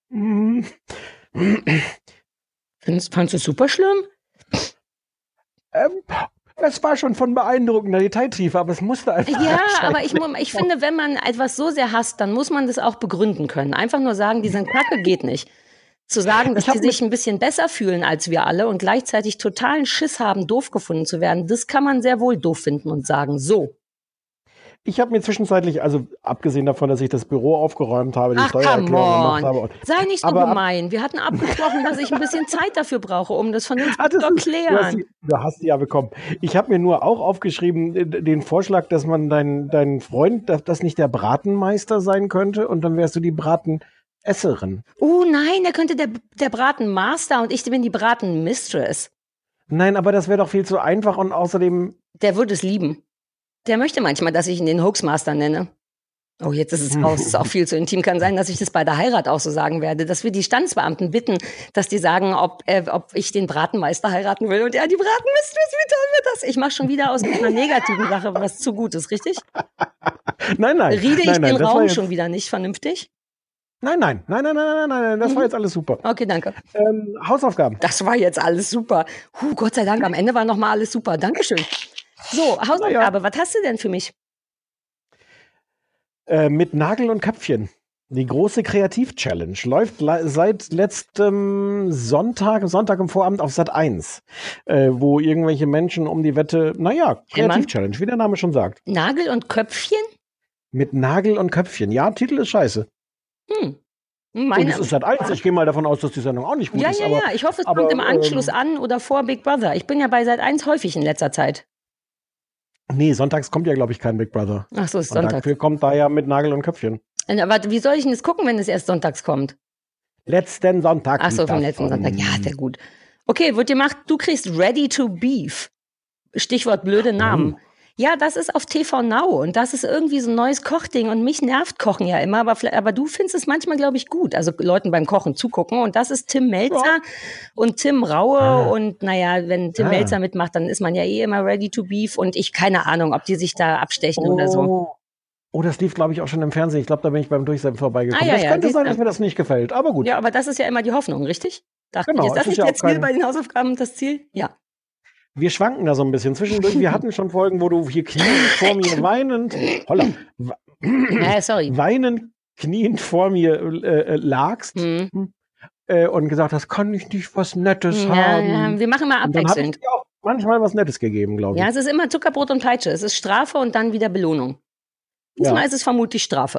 Fandst du es super schlimm? Es war schon von beeindruckender Detailtiefe, aber es musste einfach. Ja, aber ich finde, wenn man etwas so sehr hasst, dann muss man das auch begründen können. Einfach nur sagen, die sind kacke, geht nicht. Zu sagen, dass die sich ein bisschen besser fühlen als wir alle und gleichzeitig totalen Schiss haben, doof gefunden zu werden, das kann man sehr wohl doof finden und sagen, so. Ich habe mir zwischenzeitlich, also abgesehen davon, dass ich das Büro aufgeräumt habe, die Steuererklärung gemacht habe. Sei nicht so gemein. Wir hatten abgesprochen, dass ich ein bisschen Zeit dafür brauche, um das vernünftig zu erklären. Du hast die ja bekommen. Ich habe mir nur auch aufgeschrieben, den Vorschlag, dass man dein Freund, dass das nicht der Bratenmeister sein könnte und dann wärst du die Bratenesserin. Oh nein, der könnte der Bratenmaster und ich bin die Bratenmistress. Nein, aber das wäre doch viel zu einfach und außerdem... Der würde es lieben. Der möchte manchmal, dass ich ihn den Hoaxmaster nenne. Oh, jetzt ist es raus. Das ist auch viel zu intim. Kann sein, dass ich das bei der Heirat auch so sagen werde. Dass wir die Standesbeamten bitten, dass die sagen, ob ich den Bratenmeister heiraten will. Und ja, die Bratenmistress, wie toll wird das? Ich mache schon wieder aus einer negativen Sache was zu Gutes, richtig? Nein. Riede ich den Raum schon wieder nicht vernünftig? Nein. Das war jetzt alles super. Okay, danke. Hausaufgaben. Das war jetzt alles super. Gott sei Dank, am Ende war noch mal alles super. Dankeschön. So, Hausaufgabe, was hast du denn für mich? Mit Nagel und Köpfchen. Die große Kreativ-Challenge läuft seit letztem Sonntag im Vorabend auf Sat.1, wo irgendwelche Menschen um die Wette, Kreativ-Challenge, wie der Name schon sagt. Nagel und Köpfchen? Mit Nagel und Köpfchen. Ja, Titel ist scheiße. Und es ist Sat.1. Ich gehe mal davon aus, dass die Sendung auch nicht gut ist. Ja, ich hoffe, es kommt im Anschluss an oder vor Big Brother. Ich bin ja bei Sat.1 häufig in letzter Zeit. Nee, sonntags kommt ja, glaube ich, kein Big Brother. Ach so, ist Sonntag. Dafür kommt da ja mit Nagel und Köpfchen. Aber wie soll ich denn das gucken, wenn es erst sonntags kommt? Letzten Sonntag. Ach so, vom letzten Sonntag. Ja, sehr gut. Okay, wird gemacht. Du kriegst Ready to Beef. Stichwort blöde Namen. Ja, das ist auf TV Now und das ist irgendwie so ein neues Kochding und mich nervt Kochen ja immer, aber du findest es manchmal, glaube ich, gut, also Leuten beim Kochen zugucken und das ist Tim Melzer und Tim Raue und naja, wenn Tim Melzer mitmacht, dann ist man ja eh immer ready to beef und ich, keine Ahnung, ob die sich da abstechen oder so. Oh, das lief, glaube ich, auch schon im Fernsehen. Ich glaube, da bin ich beim Durchsehen vorbeigekommen. Das könnte sein, dass mir das nicht gefällt, aber gut. Ja, aber das ist ja immer die Hoffnung, richtig? Genau, ist das nicht der Ziel bei den Hausaufgaben, das Ziel? Ja. Wir schwanken da so ein bisschen zwischendurch. Wir hatten schon Folgen, wo du hier kniend vor mir weinend, weinend, kniend vor mir lagst und gesagt hast, kann ich nicht was Nettes haben? Ja, wir machen mal abwechselnd. Und dann habe ich dir auch manchmal was Nettes gegeben, glaube ich. Ja, es ist immer Zuckerbrot und Peitsche. Es ist Strafe und dann wieder Belohnung. Diesmal ist es vermutlich Strafe.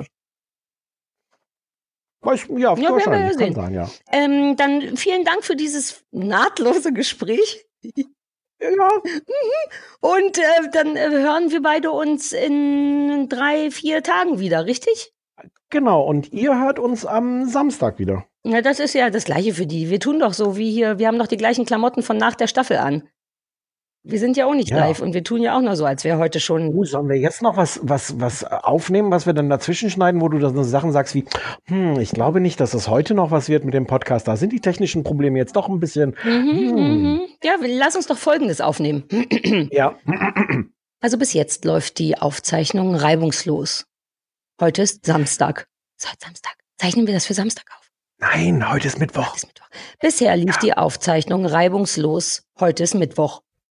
Wahrscheinlich. Kann sein, ja. Dann vielen Dank für dieses nahtlose Gespräch. Ja. Und dann hören wir beide uns in 3-4 Tagen wieder, richtig? Genau, und ihr hört uns am Samstag wieder. Ja, das ist ja das Gleiche für die. Wir tun doch so wie hier, wir haben doch die gleichen Klamotten von nach der Staffel an. Wir sind ja auch nicht live und wir tun ja auch nur so, als wäre heute schon... Sollen wir jetzt noch was aufnehmen, was wir dann dazwischen schneiden, wo du dann so Sachen sagst wie, ich glaube nicht, dass es heute noch was wird mit dem Podcast. Da sind die technischen Probleme jetzt doch ein bisschen... Ja, lass uns doch Folgendes aufnehmen. Ja. Also bis jetzt läuft die Aufzeichnung reibungslos. Heute ist Samstag. Es ist heute Samstag. Zeichnen wir das für Samstag auf? Nein, heute ist Mittwoch. Bisher lief die Aufzeichnung reibungslos. Heute ist Mittwoch.